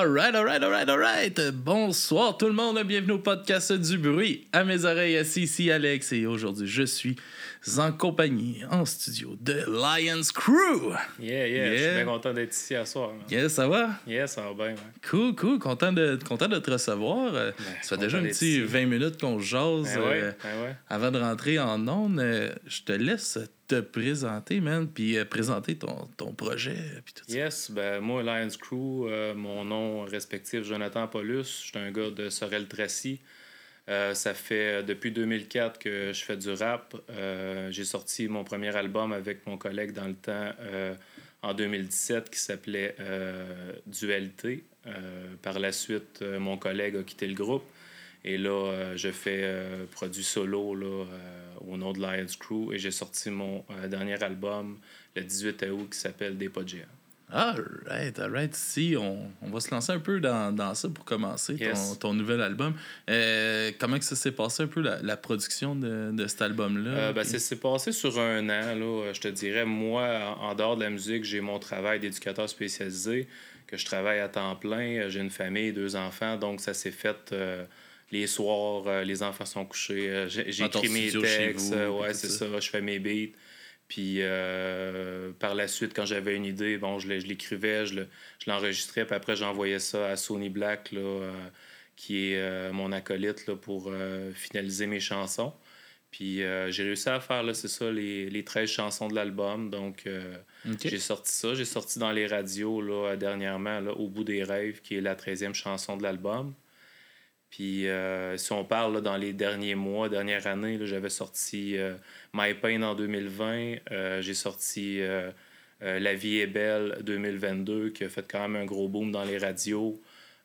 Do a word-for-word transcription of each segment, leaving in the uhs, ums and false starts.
Alright, alright, alright, alright. Bonsoir tout le monde, bienvenue au podcast du bruit. À mes oreilles, assis ici Alex et aujourd'hui je suis en compagnie, en studio de Lions Crew. Yeah, yeah, yeah. Je suis bien content d'être ici à soir. Man. Yeah, ça va? Yeah, ça va bien. Man. Cool, cool, content de, content de te recevoir. Ben, ça fait déjà un petit vingt minutes qu'on jase ben ouais, euh, ben ouais. avant de rentrer en ondes. Euh, je te laisse te présenter, man, puis euh, présenter ton, ton projet, puis tout ça. Yes, ben moi, Lions Crew, euh, mon nom respectif, Jonathan Paulus. Je suis un gars de Sorel-Tracy. Euh, ça fait depuis deux mille quatre que je fais du rap. Euh, j'ai sorti mon premier album avec mon collègue dans le temps euh, en deux mille dix-sept qui s'appelait euh, Dualité. Euh, par la suite, euh, mon collègue a quitté le groupe. Et là, euh, je fais euh, produit solo là, euh, au nom de Lions Crew. Et j'ai sorti mon euh, dernier album le dix-huit août qui s'appelle Des pas de géants. Alright, alright. Si, on, on va se lancer un peu dans, dans ça pour commencer, yes. ton, ton nouvel album. Euh, comment que ça s'est passé un peu, la, la production de, de cet album-là? Euh, ben, puis... ça s'est passé sur un an, là, je te dirais. Moi, en, en dehors de la musique, j'ai mon travail d'éducateur spécialisé, que je travaille à temps plein. J'ai une famille, deux enfants, donc ça s'est fait... Euh, les soirs, euh, les enfants sont couchés. Euh, j'ai, j'écris mes textes. Vous, euh, ouais, c'est ça. ça. Je fais mes beats. Puis euh, par la suite, quand j'avais une idée, bon, je, je l'écrivais, je, le, je l'enregistrais, puis après, j'envoyais ça à Sony Black, là, euh, qui est euh, mon acolyte là, pour euh, finaliser mes chansons. Puis euh, j'ai réussi à faire, là, c'est ça, les, les treize chansons de l'album. Donc, euh, okay. j'ai sorti ça. J'ai sorti dans les radios là, dernièrement, là, Au bout des rêves, qui est la treizième chanson de l'album. Puis euh, si on parle là, dans les derniers mois, dernière année, là, j'avais sorti euh, My Pain en deux mille vingt. Euh, j'ai sorti euh, euh, La vie est belle deux mille vingt-deux, qui a fait quand même un gros boom dans les radios.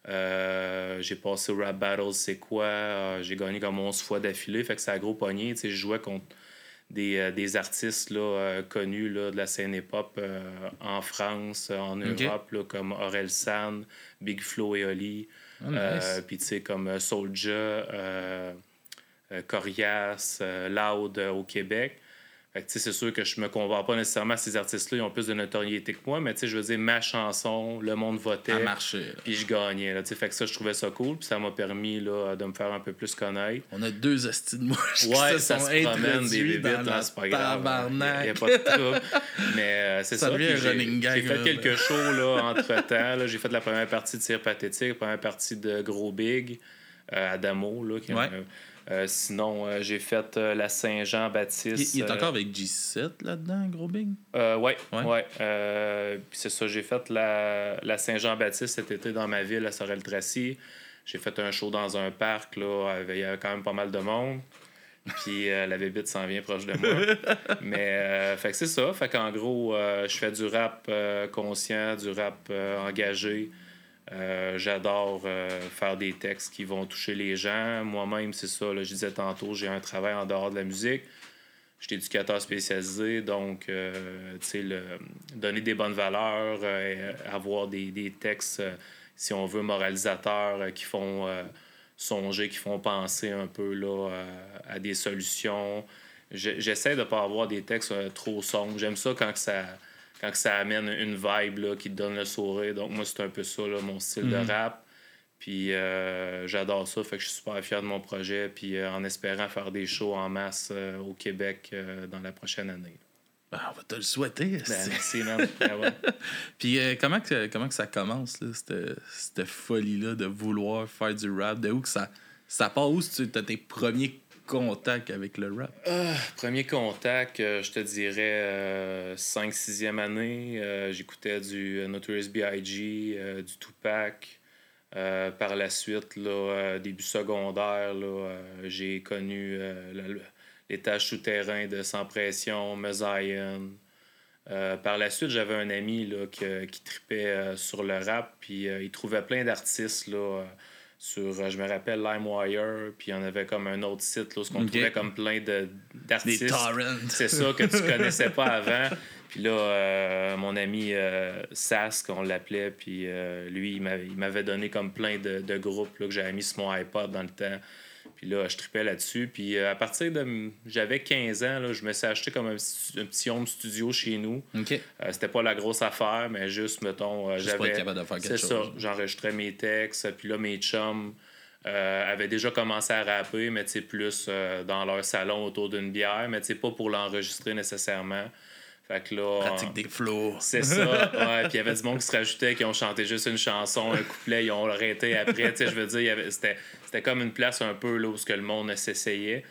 Euh, j'ai passé au Rap Battles, c'est quoi? Euh, j'ai gagné comme onze fois d'affilée, fait que c'est à gros pogné. Je jouais contre des, euh, des artistes là, euh, connus là, de la scène hip-hop euh, en France, en okay. Europe, là, comme Orelsan, Big Flo et Oli. Oh, nice. euh, Puis tu sais, comme Soulja, euh, euh, Corias, euh, Loud euh, au Québec. Fait que tu sais, c'est sûr que je me compare pas nécessairement à ces artistes-là, ils ont plus de notoriété que moi, mais tu sais, je veux dire, ma chanson, le monde votait. À marcher. Puis je gagnais, là, tu sais. Fait que ça, je trouvais ça cool, puis ça m'a permis, là, de me faire un peu plus connaître. On a deux hosties de mouches ouais, qui ça se se promène des bébites, là, c'est pas grave. Il n'y a, a pas de trouble. Mais euh, c'est ça. ça Puis j'ai, j'ai, j'ai fait là, quelques là. shows, là, entre-temps. Là. J'ai fait la première partie de Tir Pathétique, la première partie de Gros Big, euh, à Damo, là, qui ouais. est un, Euh, sinon, euh, j'ai fait euh, la Saint-Jean-Baptiste. Il, il est encore avec G sept là-dedans, Gros Big? Euh, oui, ouais. ouais. Euh, puis c'est ça, j'ai fait la, la Saint-Jean-Baptiste cet été dans ma ville, à Sorel-Tracy. J'ai fait un show dans un parc, là, il y avait quand même pas mal de monde. Puis euh, la bébite s'en vient proche de moi. Mais, euh, fait que c'est ça. Fait qu'en gros, euh, je fais du rap euh, conscient, du rap euh, engagé. Euh, j'adore euh, faire des textes qui vont toucher les gens. Moi-même, c'est ça, là, je disais tantôt, j'ai un travail en dehors de la musique. Je suis éducateur spécialisé, donc euh, tu sais, le, donner des bonnes valeurs, euh, avoir des, des textes, euh, si on veut, moralisateurs, euh, qui font euh, songer, qui font penser un peu là, euh, à des solutions. Je, j'essaie de ne pas avoir des textes euh, trop sombres. J'aime ça quand que ça... quand ça amène une vibe là, qui te donne le sourire. Donc, moi, c'est un peu ça, là, mon style mm-hmm. de rap. Puis, euh, j'adore ça. Fait que je suis super fier de mon projet. Puis, euh, en espérant faire des shows en masse euh, au Québec euh, dans la prochaine année. Ben, on va te le souhaiter. Ben, merci, man. Ben, ouais. Puis, euh, comment, que, comment que ça commence, là, cette, cette folie-là de vouloir faire du rap? De où que ça, ça part? Où tu as tes premiers contact avec le rap? Euh, premier contact, euh, je te dirais euh, cinq sixième année. Euh, j'écoutais du Notorious B I G, euh, du Tupac. Euh, par la suite, là, euh, début secondaire, là, euh, j'ai connu euh, le, l'étage souterrain de Sans Pression, Mezion. Euh, par la suite, j'avais un ami là, qui, qui tripait euh, sur le rap, puis euh, il trouvait plein d'artistes là, euh, sur, je me rappelle, LimeWire, puis il y en avait comme un autre site là, où on okay. trouvait comme plein de, d'artistes. Des torrents. C'est ça que tu connaissais pas avant. Puis là, euh, mon ami euh, Sask, on l'appelait, puis euh, lui, il m'avait, il m'avait donné comme plein de, de groupes là, que j'avais mis sur mon iPod dans le temps. Puis là, je tripais là-dessus. Puis à partir de... J'avais quinze ans, là, je me suis acheté comme un, un petit home studio chez nous. OK. Euh, c'était pas la grosse affaire, mais juste, mettons, euh, Juste pour j'avais... être capable de faire quelque C'est chose. ça, j'enregistrais mes textes. Puis là, mes chums euh, avaient déjà commencé à rapper, mais tu sais, plus euh, dans leur salon autour d'une bière, mais tu sais, pas pour l'enregistrer nécessairement. Fait que là... Pratique des flows. C'est ça, ouais. Puis il y avait du monde qui se rajoutait, qui ont chanté juste une chanson, un couplet, ils ont arrêté après. Tu sais, je veux dire, il y avait... c'était... c'était comme une place un peu là, où que le monde s'essayait.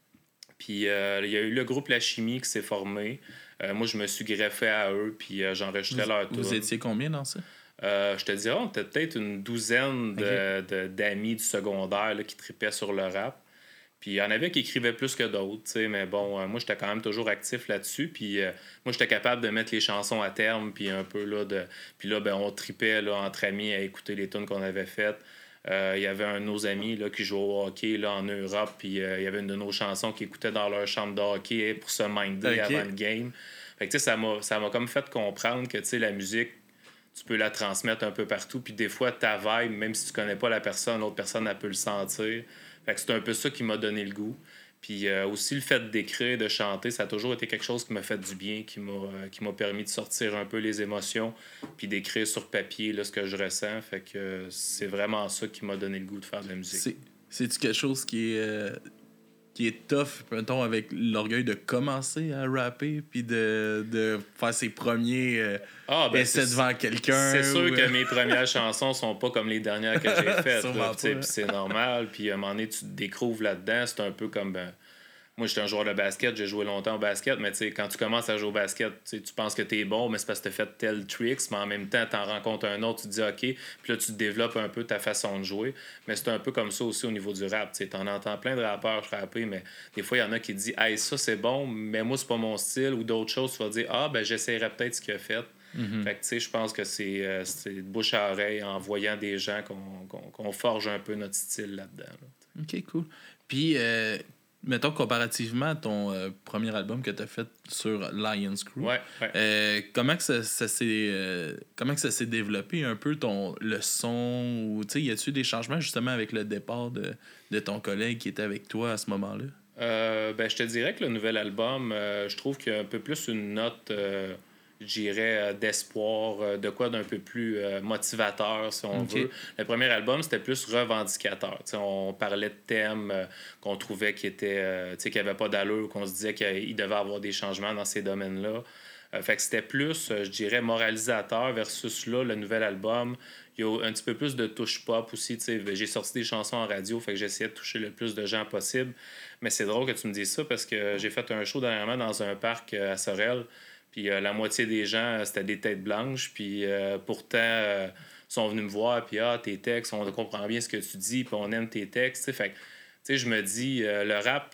Puis euh, il y a eu le groupe La Chimie qui s'est formé. Euh, moi, je me suis greffé à eux, puis euh, j'enregistrais vous, leur tour. Vous étiez combien dans ça? Euh, je te dirais, on était peut-être une douzaine de, okay. de, d'amis du secondaire là, qui tripaient sur le rap. Puis il y en avait qui écrivaient plus que d'autres, tu sais, mais bon, euh, moi, j'étais quand même toujours actif là-dessus. Puis euh, moi, j'étais capable de mettre les chansons à terme, puis un peu, là, de... Puis là, ben, on tripait, là, entre amis, à écouter les tunes qu'on avait faites. Il euh, y avait un de nos amis, là, qui jouait au hockey, là, en Europe, puis il euh, y avait une de nos chansons qui écoutait dans leur chambre de hockey pour se minder okay. avant le game. Fait que, tu sais, ça m'a, ça m'a comme fait comprendre que, tu sais, la musique, tu peux la transmettre un peu partout, puis des fois, ta vibe, même si tu connais pas la personne, l'autre personne, elle peut le sentir. Fait que c'est un peu ça qui m'a donné le goût. Puis euh, aussi, le fait d'écrire, de chanter, ça a toujours été quelque chose qui m'a fait du bien, qui m'a, euh, qui m'a permis de sortir un peu les émotions, puis d'écrire sur papier là, ce que je ressens. Fait que euh, c'est vraiment ça qui m'a donné le goût de faire de la musique. C'est, c'est-tu quelque chose qui est, euh, qui est tough, mettons, avec l'orgueil de commencer à rapper, puis de, de faire ses premiers euh, ah, ben essais devant quelqu'un? C'est sûr ou... que mes premières chansons sont pas comme les dernières que j'ai faites. Là, puis c'est normal. Puis à un moment donné, tu te découvres là-dedans. C'est un peu comme... Ben, moi, j'étais un joueur de basket, j'ai joué longtemps au basket, mais quand tu commences à jouer au basket, tu penses que t'es bon, mais c'est parce que t'as fait tel tricks, mais en même temps, t'en rencontres un autre, tu te dis OK, puis là, tu développes un peu ta façon de jouer. Mais c'est un peu comme ça aussi au niveau du rap. Tu en entends plein de rappeurs rapper, mais des fois, il y en a qui disent Hey, ça, c'est bon, mais moi, c'est pas mon style, ou d'autres choses, tu vas dire Ah, ben, j'essaierai peut-être ce qu'il a fait. Mm-hmm. Fait que, tu sais, je pense que c'est, euh, c'est de bouche à oreille en voyant des gens qu'on, qu'on, qu'on forge un peu notre style là-dedans. Là. OK, cool. Puis, euh, mettons, comparativement à ton euh, premier album que tu as fait sur Lion's Crew, ouais, ouais. Euh, comment, que ça, ça s'est, euh, comment que ça s'est développé un peu ton, le son? Ou, y a-tu des changements justement avec le départ de, de ton collègue qui était avec toi à ce moment-là? Euh, ben, je te dirais que le nouvel album, euh, je trouve qu'il y a un peu plus une note... Euh... je dirais, d'espoir, de quoi d'un peu plus euh, motivateur, si on okay. veut. Le premier album, c'était plus revendicateur. T'sais, on parlait de thèmes euh, qu'on trouvait qui étaient, euh, qui n'avaient pas d'allure, qu'on se disait qu'il devait y avoir des changements dans ces domaines-là. Euh, fait que c'était plus, euh, je dirais, moralisateur versus là, le nouvel album. Il y a un petit peu plus de touche pop aussi. T'sais. J'ai sorti des chansons en radio, fait que j'essayais de toucher le plus de gens possible. Mais c'est drôle que tu me dises ça parce que j'ai fait un show dernièrement dans un parc à Sorel. Puis euh, la moitié des gens, c'était des têtes blanches. Puis euh, pourtant, euh, sont venus me voir. Puis ah, tes textes, on comprend bien ce que tu dis. Puis on aime tes textes. T'sais. Fait que je me dis, euh, le rap,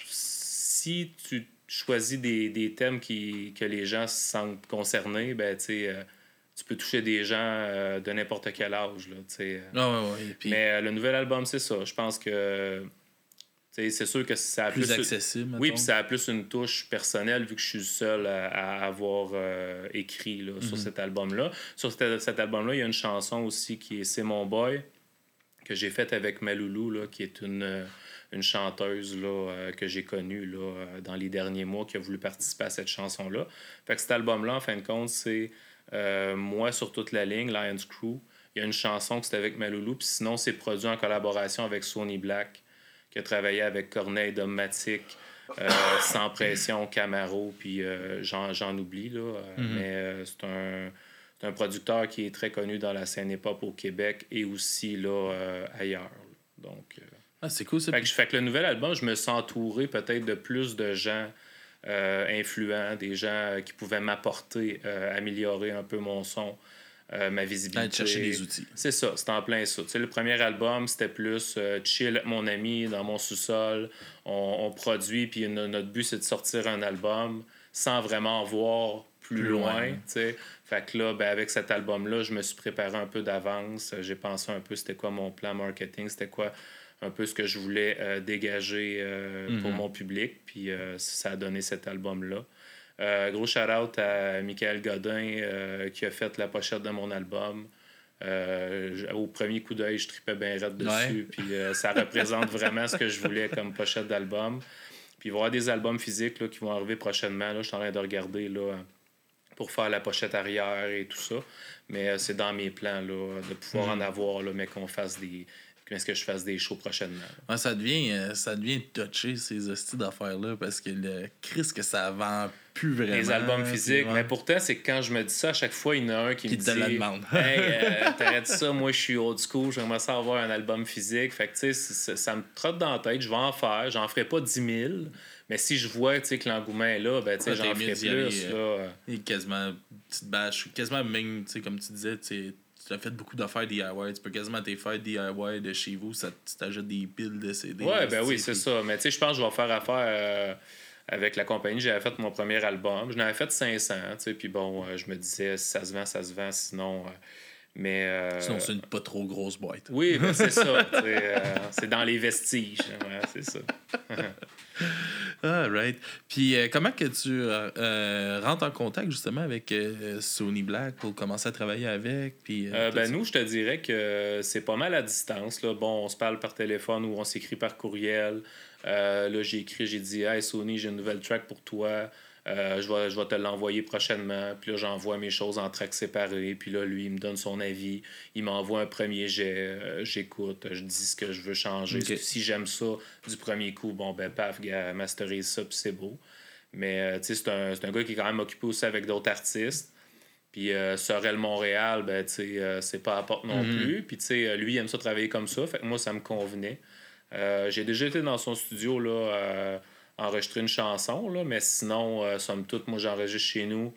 si tu choisis des, des thèmes qui, que les gens se sentent concernés, ben euh, tu peux toucher des gens euh, de n'importe quel âge. Là, euh. Ah ouais, ouais. Puis... Mais euh, le nouvel album, c'est ça. Je pense que... T'sais, c'est sûr que ça a plus... plus accessible, oui, puis ça a plus une touche personnelle vu que je suis le seul à, à avoir euh, écrit là, mm-hmm. sur cet album-là. Sur cet, cet album-là, il y a une chanson aussi qui est C'est mon boy, que j'ai faite avec Maloulou, là, qui est une, une chanteuse là, euh, que j'ai connue là, dans les derniers mois, qui a voulu participer à cette chanson-là. Fait que cet album-là, en fin de compte, c'est euh, moi sur toute la ligne, Lion's Crew. Il y a une chanson qui c'est avec Maloulou, puis sinon, c'est produit en collaboration avec Sony Black, qui a travaillé avec Corneille Dogmatic, euh, Sans Pression, Camaro, puis euh, j'en, j'en oublie, là. Mm-hmm. Mais euh, c'est, un, c'est un producteur qui est très connu dans la scène hip-hop au Québec et aussi là, euh, ailleurs. Donc, euh, ah, c'est cool, ça. Fait que, fait que le nouvel album, je me sens entouré peut-être de plus de gens euh, influents, des gens qui pouvaient m'apporter, euh, améliorer un peu mon son. Euh, ma visibilité. Aller chercher des outils. C'est ça, c'est en plein ça. Tu sais, le premier album, c'était plus euh, chill avec mon ami dans mon sous-sol. On, on produit, puis no- notre but, c'est de sortir un album sans vraiment voir plus, plus loin. loin. Tu sais. Fait que là, ben, avec cet album-là, je me suis préparé un peu d'avance. J'ai pensé un peu c'était quoi mon plan marketing, c'était quoi un peu ce que je voulais euh, dégager euh, mm-hmm. pour mon public. Puis euh, ça a donné cet album-là. Euh, gros shout-out à Michael Godin euh, qui a fait la pochette de mon album. Euh, au premier coup d'œil, je tripais bien raide dessus. Ouais. Puis euh, ça représente vraiment ce que je voulais comme pochette d'album. Puis il va y avoir des albums physiques là, qui vont arriver prochainement. Là, je suis en train de regarder là, pour faire la pochette arrière et tout ça. Mais euh, c'est dans mes plans là, de pouvoir mm. en avoir, là, mais qu'on fasse des. Est-ce que je fasse des shows prochainement? Ouais, ça devient euh, ça devient touché, ces hosties d'affaires-là, parce que le Chris que ça vend plus vraiment. Les albums physiques. Ouais. Mais pourtant, c'est que quand je me dis ça, à chaque fois, il y en a un qui, qui me te dit la demande. Hey, euh, t'arrêtes ça, moi je suis old school, j'aimerais ça avoir un album physique. Fait que tu sais, ça, ça me trotte dans la tête, je vais en faire. J'en ferai pas dix mille. Mais si je vois que l'engouement est là, ben, ouais, j'en ferai plus. Aller, là. Euh, et quasiment petite bâche, quasiment même, comme tu disais, tu as fait beaucoup d'affaires D I Y. Tu peux quasiment te faire D I Y de chez vous, ça t'ajoute des piles de C D. Ouais, ben oui, c'est puis... ça. Mais tu sais, je pense que je vais faire affaire euh, avec la compagnie. J'avais fait mon premier album. Je n'avais fait cinq cents, tu sais, puis bon, euh, je me disais, si ça se vend, ça se vend, sinon... Euh, mais... Euh... Sinon, c'est une pas trop grosse boîte. Oui, ben c'est ça. euh, c'est dans les vestiges. Ouais, c'est ça. Ah, right. Puis euh, comment que tu euh, euh, rentres en contact justement avec euh, Sony Black pour commencer à travailler avec? Puis, euh, euh, ben nous, je te dirais que c'est pas mal à distance. Là. Bon, on se parle par téléphone ou on s'écrit par courriel. Euh, là, j'ai écrit, j'ai dit « Hey Sony, j'ai une nouvelle track pour toi. Euh, je vais, je vais te l'envoyer prochainement. » Puis là, j'envoie mes choses en tracks séparés. Puis là, lui, il me donne son avis. Il m'envoie un premier jet. Euh, j'écoute. Je dis ce que je veux changer. Okay. Si j'aime ça du premier coup, bon, ben paf, gars, masterise ça, puis c'est beau. Mais, euh, tu sais, c'est un, c'est un gars qui est quand même occupé aussi avec d'autres artistes. Puis euh, Sorel Montréal, ben, tu sais, euh, c'est pas à porte non mm-hmm. plus. Puis, tu sais, lui, il aime ça travailler comme ça. Fait que moi, ça me convenait. Euh, j'ai déjà été dans son studio, là... Euh, enregistrer une chanson, là, mais sinon, euh, somme toute, moi, j'enregistre chez nous,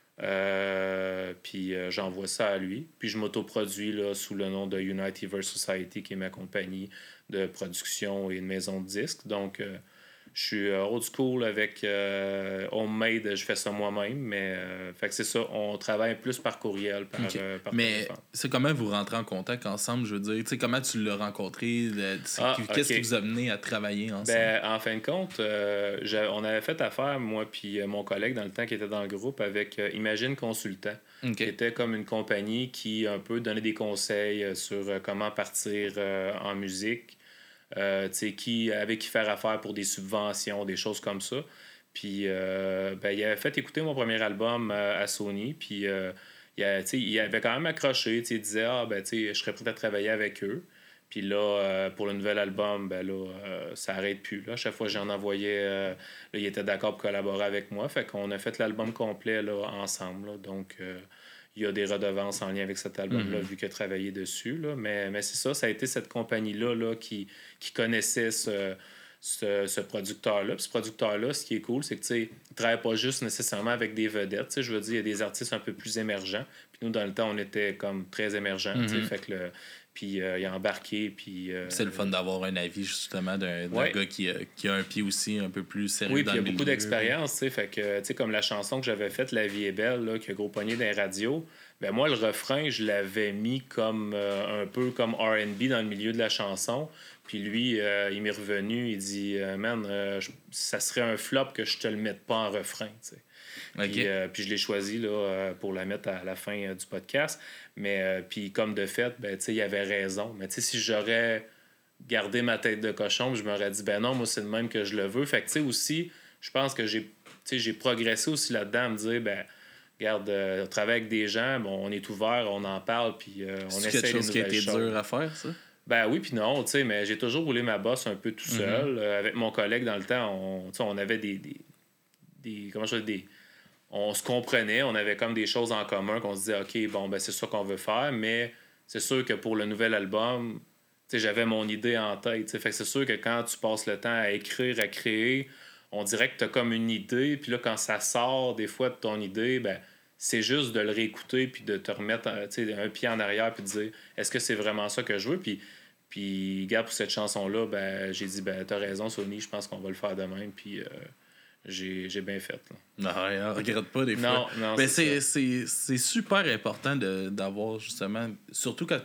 euh, puis euh, j'envoie ça à lui. Puis je m'autoproduis là, sous le nom de Unityverse Society, qui est ma compagnie de production et de maison de disques. Donc, euh, je suis euh, old school avec euh, Homemade, je fais ça moi-même, mais euh, fait que c'est ça, on travaille plus par courriel, par, okay. euh, par mais téléphone. C'est comment vous rentrez en contact ensemble, je veux dire, tu sais, comment tu l'as rencontré, le, ah, qu'est-ce okay. qui vous a amené à travailler ensemble? Ben, en fin de compte, euh, on avait fait affaire, moi puis mon collègue dans le temps qui était dans le groupe, avec euh, Imagine Consultant, okay. qui était comme une compagnie qui un peu donnait des conseils sur euh, comment partir euh, en musique. Euh, qui, avec qui faire affaire pour des subventions, des choses comme ça. Puis, euh, ben, il avait fait écouter mon premier album euh, à Sony, puis euh, il, a, il avait quand même accroché, il disait « Ah, ben, je serais prêt à travailler avec eux. » Puis là, euh, pour le nouvel album, ben là, euh, ça n'arrête plus. Là. À chaque fois que j'en envoyais, euh, là, il était d'accord pour collaborer avec moi. Fait qu'on a fait l'album complet là, ensemble. Là. Donc... Euh, il y a des redevances en lien avec cet album-là, mm-hmm. vu qu'il a travaillé dessus. Là. Mais, mais c'est ça, ça a été cette compagnie-là là, qui, qui connaissait ce, ce, ce producteur-là. Puis ce producteur-là, ce qui est cool, c'est que il ne travaille pas juste nécessairement avec des vedettes. T'sais, je veux dire, il y a des artistes un peu plus émergents. Puis nous, dans le temps, on était comme très émergents. Mm-hmm. Fait que le, puis euh, il a embarqué. Puis, euh, c'est le fun d'avoir un avis, justement, d'un, d'un ouais. gars qui a, qui a un pied aussi un peu plus sérieux. Oui, puis il y a beaucoup milieu. D'expérience. Fait que, comme la chanson que j'avais faite, La vie est belle, là, qui a gros pogné dans les radios. Ben moi, le refrain, je l'avais mis comme euh, un peu comme R and B dans le milieu de la chanson. Puis lui, euh, il m'est revenu, il dit euh, « Man, euh, je, ça serait un flop que je te le mette pas en refrain. » Okay. Puis, euh, puis je l'ai choisi là, pour la mettre à la fin euh, du podcast. Mais euh, puis comme de fait, ben, il avait raison. Mais si j'aurais gardé ma tête de cochon, je m'aurais dit « Ben non, moi, c'est le même que je le veux. » Fait que aussi, je pense que j'ai, j'ai progressé aussi là-dedans à me dire « Ben regarde, euh, on travaille avec des gens, bon, on est ouvert, on en parle, puis euh, on essaie quelque chose des qui a été choses. dur à faire, ça? Ben oui, puis non, tu sais, mais j'ai toujours roulé ma bosse un peu tout seul. Mm-hmm. Euh, avec mon collègue, dans le temps, on, on avait des, des, des... Comment je dis? Des, on se comprenait, on avait comme des choses en commun qu'on se disait, OK, bon, ben c'est ça qu'on veut faire, mais c'est sûr que pour le nouvel album, tu sais, j'avais mon idée en tête. T'sais, fait que c'est sûr que quand tu passes le temps à écrire, à créer, on dirait que tu as comme une idée, puis là, quand ça sort des fois de ton idée, ben c'est juste de le réécouter puis de te remettre un pied en arrière puis de dire est-ce que c'est vraiment ça que je veux? Puis, puis regarde, pour cette chanson-là, ben, j'ai dit ben t'as raison, Sony, je pense qu'on va le faire de même. Puis euh, j'ai, j'ai bien fait. Là. Non, on regrette pas des fois. Non, non, mais c'est, c'est, c'est, c'est super important de, d'avoir justement, surtout quand tu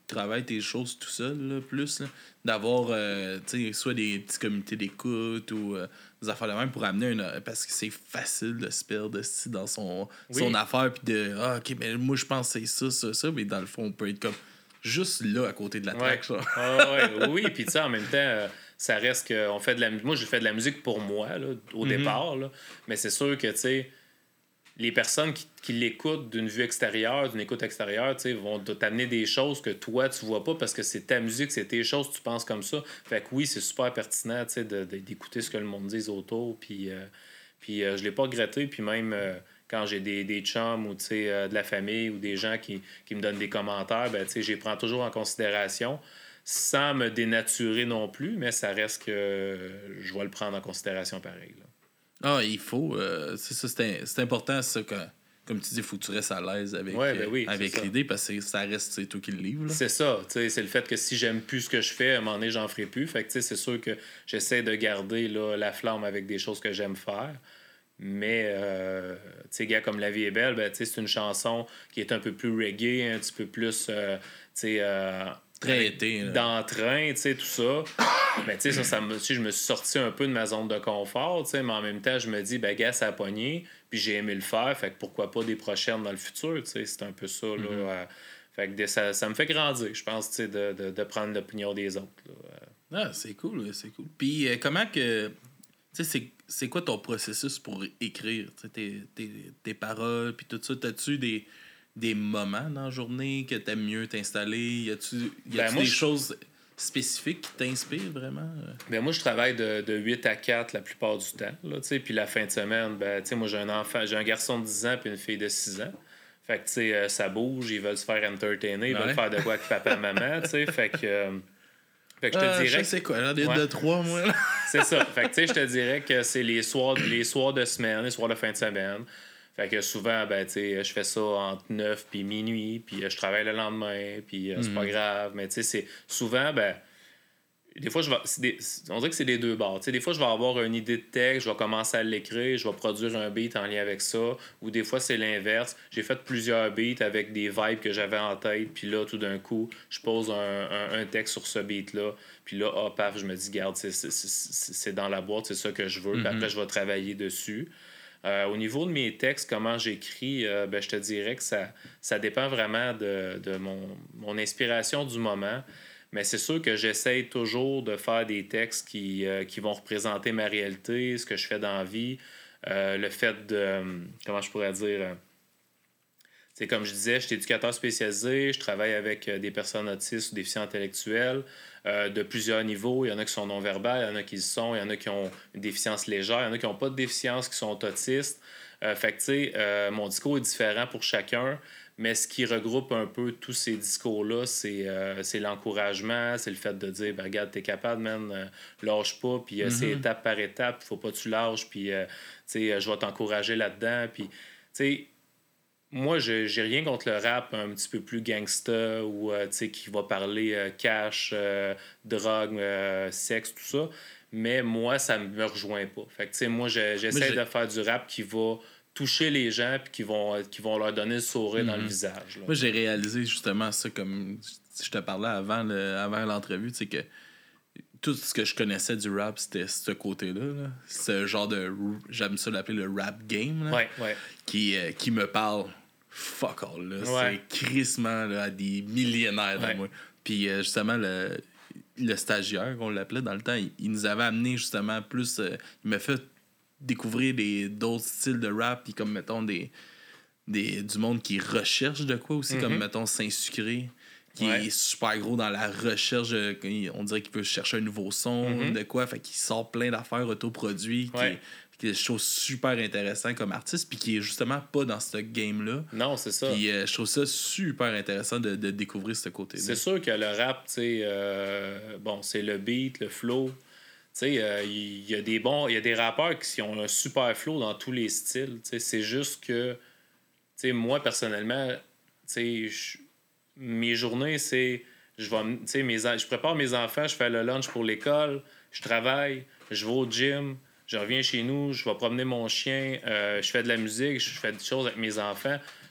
travailles tes choses tout seul, là, plus, là, d'avoir, euh, tu sais, soit des petits comités d'écoute ou euh, des affaires de même pour amener une... Parce que c'est facile de se perdre aussi dans son, Oui. son affaire, puis de, ah, OK, mais moi, je pense que c'est ça, ça, ça, mais dans le fond, on peut être comme juste là, à côté de la track, Ouais. ça. Ah ouais, oui, puis tu sais, en même temps, euh, ça reste que on fait de la mu- moi, je fais de la musique pour moi, là, au Mhm. départ, là, mais c'est sûr que, tu sais, les personnes qui, qui l'écoutent d'une vue extérieure, d'une écoute extérieure, tu sais, vont te- t'amener des choses que toi, tu vois pas parce que c'est ta musique, c'est tes choses, tu penses comme ça. Fait que oui, c'est super pertinent, tu sais, de- de- d'écouter ce que le monde dit autour, puis, euh, puis euh, je l'ai pas regretté, puis même euh, quand j'ai des, des chums ou, tu sais, euh, de la famille ou des gens qui, qui me donnent des commentaires, ben, tu sais, je les prends toujours en considération sans me dénaturer non plus, mais ça reste que euh, je vais le prendre en considération pareil, là. Ah, il faut. Euh, c'est ça, c'est, c'est important, ça, que, comme tu dis, il faut que tu restes à l'aise avec, Ouais, ben euh, oui, c'est avec ça. l'idée parce que ça reste, c'est toi qui le livre. Là. C'est ça, tu sais, c'est le fait que si j'aime plus ce que je fais, à un moment donné, j'en ferai plus. Fait que tu sais, c'est sûr que j'essaie de garder là, la flamme avec des choses que j'aime faire. Mais, euh, tu sais, gars, comme La vie est belle, ben, tu sais, c'est une chanson qui est un peu plus reggae, un petit peu plus, euh, tu sais, euh, Très avec- été, là. d'entrain, tu sais, tout ça. Mais, tu sais, ça, ça me, tu sais, je me suis sorti un peu de ma zone de confort, tu sais, mais en même temps, je me dis, ben, gars, ça a pogné, puis j'ai aimé le faire, fait que pourquoi pas des prochaines dans le futur, tu sais, c'est un peu ça, là. Mhm. euh, fait que de- ça, ça me fait grandir, je pense, tu sais, de, de, de prendre l'opinion des autres, là. Euh, Ah, c'est cool, là, c'est cool. Puis euh, comment que. Tu sais, c'est, c'est quoi ton processus pour écrire? Tu sais, tes, tes, tes paroles, puis tout ça. T'as-tu des, des moments dans la journée que t'aimes mieux t'installer? Y a-tu, y a-tu Ben, moi, des je- choses spécifiques qui t'inspirent vraiment? Ben moi, je travaille de, de huit à quatre la plupart du temps. Là, tu sais, puis la fin de semaine, ben, tu sais, moi, j'ai un enfant, j'ai un garçon de dix ans puis une fille de six ans. Fait que, tu sais, euh, ça bouge, ils veulent se faire entertainer, ils Ouais. veulent faire de quoi avec papa maman, tu sais. Fait que, euh, fait que je te Ah, dirais. je sais quoi, j'en ai Ouais. deux, trois, moi. Là. C'est ça. Fait que, tu sais, je te dirais que c'est les soirs, les soirs de semaine, les soirs de fin de semaine. Fait que souvent, ben, tu sais, je fais ça entre neuf puis minuit, puis euh, je travaille le lendemain, puis euh, c'est pas Mhm. grave. Mais, tu sais, c'est souvent, ben, des fois, je vais, c'est des- on dirait que c'est les deux bords. Tu sais, des fois, je vais avoir une idée de texte, je vais commencer à l'écrire, je vais produire un beat en lien avec ça. Ou des fois, c'est l'inverse. J'ai fait plusieurs beats avec des vibes que j'avais en tête. Puis là, tout d'un coup, je pose un, un- un texte sur ce beat-là. Puis là, hop, paf, je me dis, garde, c'est, c'est, c'est- c'est dans la boîte, c'est ça que je veux. Puis Mhm. après, je vais travailler dessus. Euh, au niveau de mes textes, comment j'écris, euh, ben, je te dirais que ça, ça dépend vraiment de, de mon, mon inspiration du moment. Mais c'est sûr que j'essaye toujours de faire des textes qui, euh, qui vont représenter ma réalité, ce que je fais dans la vie. Euh, le fait de. euh, Comment je pourrais dire. euh, C'est comme je disais, je suis éducateur spécialisé, je travaille avec euh, des personnes autistes ou déficients intellectuels euh, de plusieurs niveaux. Il y en a qui sont non-verbales, il y en a qui le sont, il y en a qui ont une déficience légère, il y en a qui n'ont pas de déficience, qui sont autistes. Euh, fait que, tu sais, euh, mon discours est différent pour chacun, mais ce qui regroupe un peu tous ces discours-là, c'est euh, c'est l'encouragement, c'est le fait de dire, ben, regarde, t'es capable, man, euh, lâche pas, puis euh, c'est Mhm. étape par étape, faut pas que tu lâches, puis, euh, tu sais, euh, je vais t'encourager là-dedans, puis, tu sais, moi, je j'ai rien contre le rap un petit peu plus gangsta ou euh, tu sais, qui va parler euh, cash, euh, drogue, euh, sexe, tout ça. Mais moi, ça me rejoint pas. Fait que, tu sais, moi, je- j'essaie j'ai- de faire du rap qui va toucher les gens puis qui vont, euh, qui vont leur donner le sourire dans le Mhm. visage, là. Moi, j'ai réalisé justement ça comme je te parlais avant, le, avant l'entrevue, tu sais, que tout ce que je connaissais du rap, c'était ce côté-là. Là. Ce genre de. J'aime ça l'appeler le rap game. Là, Ouais, ouais. qui, euh, qui me parle fuck all. Là. Ouais. C'est crissement là, à des millionnaires Ouais. dans moi. Puis euh, justement, le, le stagiaire, qu'on l'appelait dans le temps, il, il nous avait amené justement plus. euh, il m'a fait découvrir des, d'autres styles de rap, puis comme mettons des, des, du monde qui recherche de quoi aussi, Mhm. comme mettons Saint-Sucré, qui Ouais. est super gros dans la recherche. de- on dirait qu'il veut chercher un nouveau son, Mhm. de quoi, fait qu'il sort plein d'affaires autoproduits, qui, Ouais. est, qui est je trouve super intéressant comme artiste, puis qui est justement pas dans ce game-là. Non, c'est ça. Puis euh, je trouve ça super intéressant de, de découvrir ce côté-là. C'est sûr que le rap, tu sais, euh, bon, c'est le beat, le flow. Tu sais, euh, il y a des bons, il y a des rappeurs qui ont un super flow dans tous les styles. Tu sais, c'est juste que, tu sais, moi, personnellement, tu sais, je- mes journées, c'est, je vais, m- tu sais, mes, en- je prépare mes enfants, je fais le lunch pour l'école, je travaille, je vais au gym, je reviens chez nous, je vais promener mon chien, euh, je fais de la musique, je fais des choses avec mes enfants.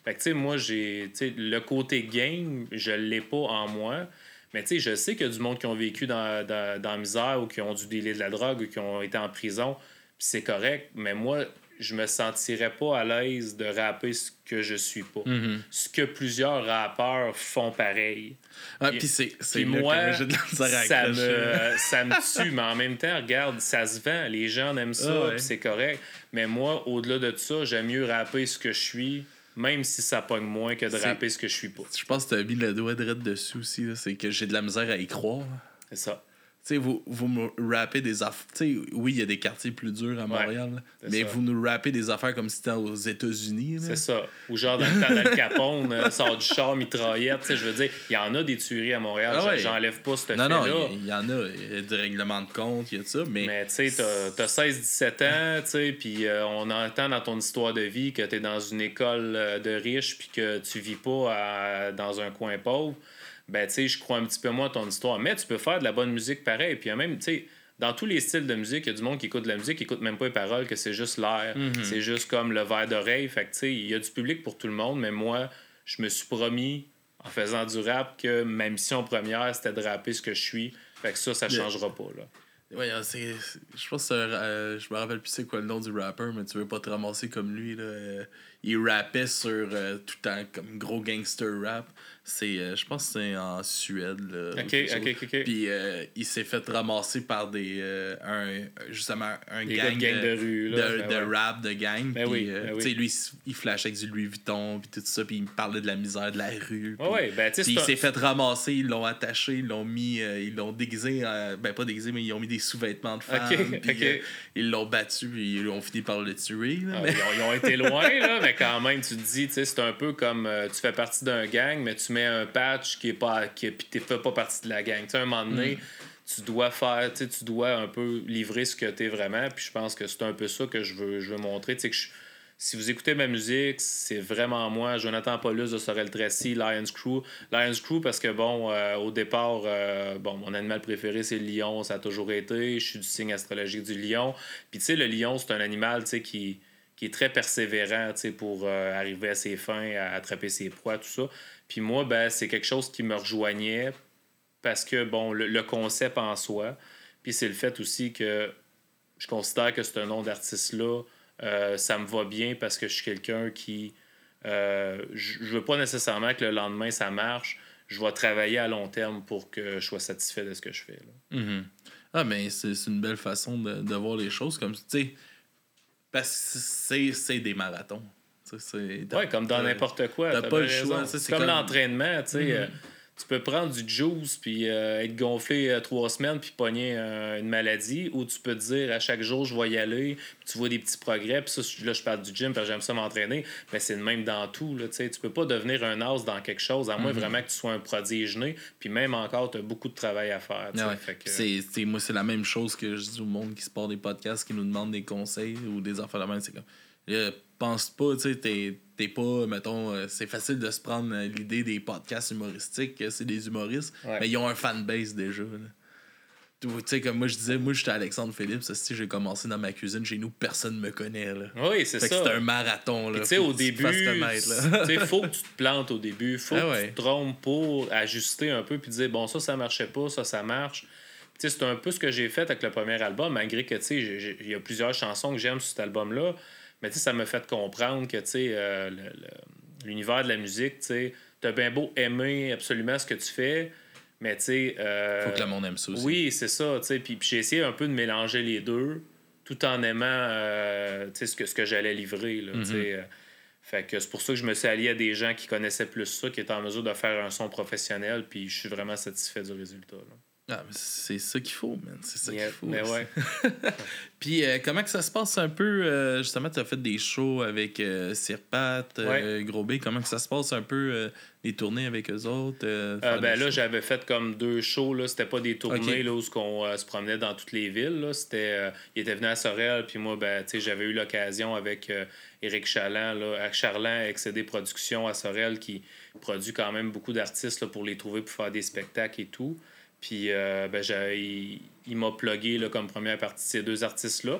Fait que, tu sais, moi, j'ai, tu sais, le côté game, je l'ai pas en moi. Mais, tu sais, je sais qu'il y a du monde qui ont vécu dans, dans, dans la misère ou qui ont dû dealer de la drogue ou qui ont été en prison. Puis c'est correct. Mais moi, je me sentirais pas à l'aise de rapper ce que je suis pas. Mm-hmm. Ce que plusieurs rappeurs font pareil. Ah, puis c'est, c'est Puis là moi, que j'ai de la misère à ça accrocher. me, ça me tue. Mais en même temps, regarde, ça se vend. Les gens aiment ça, Ah ouais. puis c'est correct. Mais moi, au-delà de ça, j'aime mieux rapper ce que je suis, même si ça pogne moins que de C'est- rapper ce que je suis pas. Je pense que tu as mis le doigt direct dessus aussi. Là. C'est que j'ai de la misère à y croire. C'est ça. Tu sais, vous, vous me rappez des affaires. Tu sais, oui, il y a des quartiers plus durs à Montréal, là, c'est mais ça. vous nous rappez des affaires comme si c'était aux États-Unis. Là. C'est ça. Ou genre, dans le temps d'Al Capone, euh, sort du char, mitraillette. Tu sais, je veux dire, il y en a des tueries à Montréal. Ah ouais. J'enlève pas ce Non, non, fait-là. il y, y en a. Il y a du règlement de compte, il y a de ça. Mais, Mais tu sais, t'as, t'as seize dix-sept ans, tu sais, puis euh, on entend dans ton histoire de vie que t'es dans une école euh, de riches puis que tu vis pas à- dans un coin pauvre. Ben, tu sais, je crois un petit peu moins à ton histoire. Mais tu peux faire de la bonne musique pareil. Puis même, tu sais, dans tous les styles de musique, il y a du monde qui écoute de la musique, qui écoute même pas les paroles, que c'est juste l'air. Mhm. C'est juste comme le verre d'oreille. Fait que, tu sais, il y a du public pour tout le monde, mais moi, je me suis promis, en faisant du rap, que ma mission première, c'était de rapper ce que je suis. Fait que ça, ça changera pas, là. Ouais, c'est, c'est- je pense que c'est un- euh, je me rappelle plus c'est quoi le nom du rapper, mais tu veux pas te ramasser comme lui. Là. Euh, il rappait sur euh, tout le temps comme gros gangster rap. C'est, euh, je pense que c'est en Suède. Là, Ok, ou quelque ok, chose. ok, ok. Puis euh, il s'est fait ramasser par des euh, un, justement un Des gang, gars de gang de euh, rue, de, là. Ben de ouais. rap de gang. Ben puis, oui, euh, ben oui. tu sais, lui, il flashait avec du Louis Vuitton, puis tout ça, puis il me parlait de la misère de la rue. Ouais, ouais, ben, tu sais, Puis il c'est s'est un- fait ramasser, ils l'ont attaché, ils l'ont mis, euh, ils l'ont déguisé, euh, ben pas déguisé, mais ils ont mis des sous-vêtements de femme. Ok, puis, ok. euh, ils l'ont battu, puis ils ont fini par le tuer. Là, Ah, mais... ils, ont, ils ont été loin, là, mais quand même, tu te dis, tu sais, c'est un peu comme euh, tu fais partie d'un gang, mais tu mets un patch qui est pas. Qui, puis tu fais pas partie de la gang. Tu sais, à un moment donné, Mm. tu dois faire, tu sais, tu dois un peu livrer ce que tu es vraiment, puis je pense que c'est un peu ça que je veux, je veux montrer. Tu sais, que je- si vous écoutez ma musique, c'est vraiment moi, Jonathan Paulus de Sorel-Tracy, Lions Crew. Lions Crew parce que, bon, euh, au départ, euh, bon, mon animal préféré, c'est le lion, ça a toujours été. Je suis du signe astrologique du lion. Puis, tu sais, le lion, c'est un animal, tu sais, qui, qui est très persévérant, tu sais, pour euh, arriver à ses fins, à attraper ses proies, tout ça. Puis moi, ben, c'est quelque chose qui me rejoignait parce que, bon, le, le concept en soi, puis c'est le fait aussi que je considère que ce nom d'artiste-là, euh, ça me va bien parce que je suis quelqu'un qui... Euh, je je veux pas nécessairement que le lendemain, ça marche. Je vais travailler à long terme pour que je sois satisfait de ce que je fais. Là. Mhm. Ah, mais c'est, c'est une belle façon de, de voir les choses. Comme, tu sais, parce que c'est, c'est des marathons. Tu sais, c'est- Ouais, comme dans t'as- n'importe quoi. t'as t'as pas bien le raison. choix, ça, C'est c'est comme, comme- l'entraînement, tu sais. Mhm. euh, tu peux prendre du juice puis euh, être gonflé euh, trois semaines puis pogner euh, une maladie, ou tu peux te dire à chaque jour je vais y aller, puis tu vois des petits progrès, puis ça, là je parle du gym parce que j'aime ça m'entraîner, mais c'est le même dans tout, là, tu sais. Tu peux pas devenir un as dans quelque chose à moins Mhm. vraiment que tu sois un prodige né, puis même encore tu as beaucoup de travail à faire, tu sais. Ah ouais. Fait que- c'est, c'est, moi, c'est la même chose que je dis au monde qui se part des podcasts, qui nous demandent des conseils ou des affaires de même. C'est comme, euh, pense pas, tu sais, t'es, t'es pas, mettons, euh, c'est facile de se prendre euh, l'idée des podcasts humoristiques, que c'est des humoristes, Ouais. mais ils ont un fanbase déjà. Là. Tu sais, comme moi, je disais, moi, j'étais Alexandre Philippe, ça, si j'ai commencé dans ma cuisine, chez nous, personne me connaît, là. Oui, c'est Fait que ça. c'est un marathon, là. Puis, tu sais, Faut au que tu te début, fasses connaître, là. tu sais, faut que tu te plantes au début. Faut Ah que ouais. tu te trompes pour ajuster un peu puis dire, bon, ça, ça marchait pas, ça, ça marche. Puis, tu sais, c'est un peu ce que j'ai fait avec le premier album, malgré que, tu sais, j'ai- j'ai- il y a plusieurs chansons que j'aime sur cet album-là. Mais, tu sais, ça m'a fait comprendre que, tu sais, euh, le- le- l'univers de la musique, tu sais, t'as bien beau aimer absolument ce que tu fais, mais, tu sais... euh, Faut que le monde aime ça aussi. Oui, c'est ça, tu sais. Puis, puis j'ai essayé un peu de mélanger les deux, tout en aimant, euh, tu sais, ce que, ce que j'allais livrer, là, tu sais. Mhm. Euh, Fait que c'est pour ça que je me suis allié à des gens qui connaissaient plus ça, qui étaient en mesure de faire un son professionnel, puis je suis vraiment satisfait du résultat, là. Ah, mais c'est ça qu'il faut, man. C'est ça Yeah, qu'il faut. mais aussi. ouais. Puis, euh, comment que ça se passe un peu? euh, justement, tu as fait des shows avec euh, Sirpat, euh, Gros B. Comment que ça se passe un peu, euh, les tournées avec eux autres? euh, Euh, faire ben des là, shows? j'avais fait comme deux shows. Là. C'était pas des tournées Ok. là, où on euh, se promenait dans toutes les villes. Là. C'était, euh, il était venu à Sorel, puis moi, ben, tu sais, j'avais eu l'occasion avec euh, Éric Chaland, là, à Charland, avec C D Productions à Sorel, qui produit quand même beaucoup d'artistes là, pour les trouver, pour faire des spectacles et tout. Puis euh, ben, j'ai- il, il m'a plugué là, comme première partie de ces deux artistes-là. Puis tu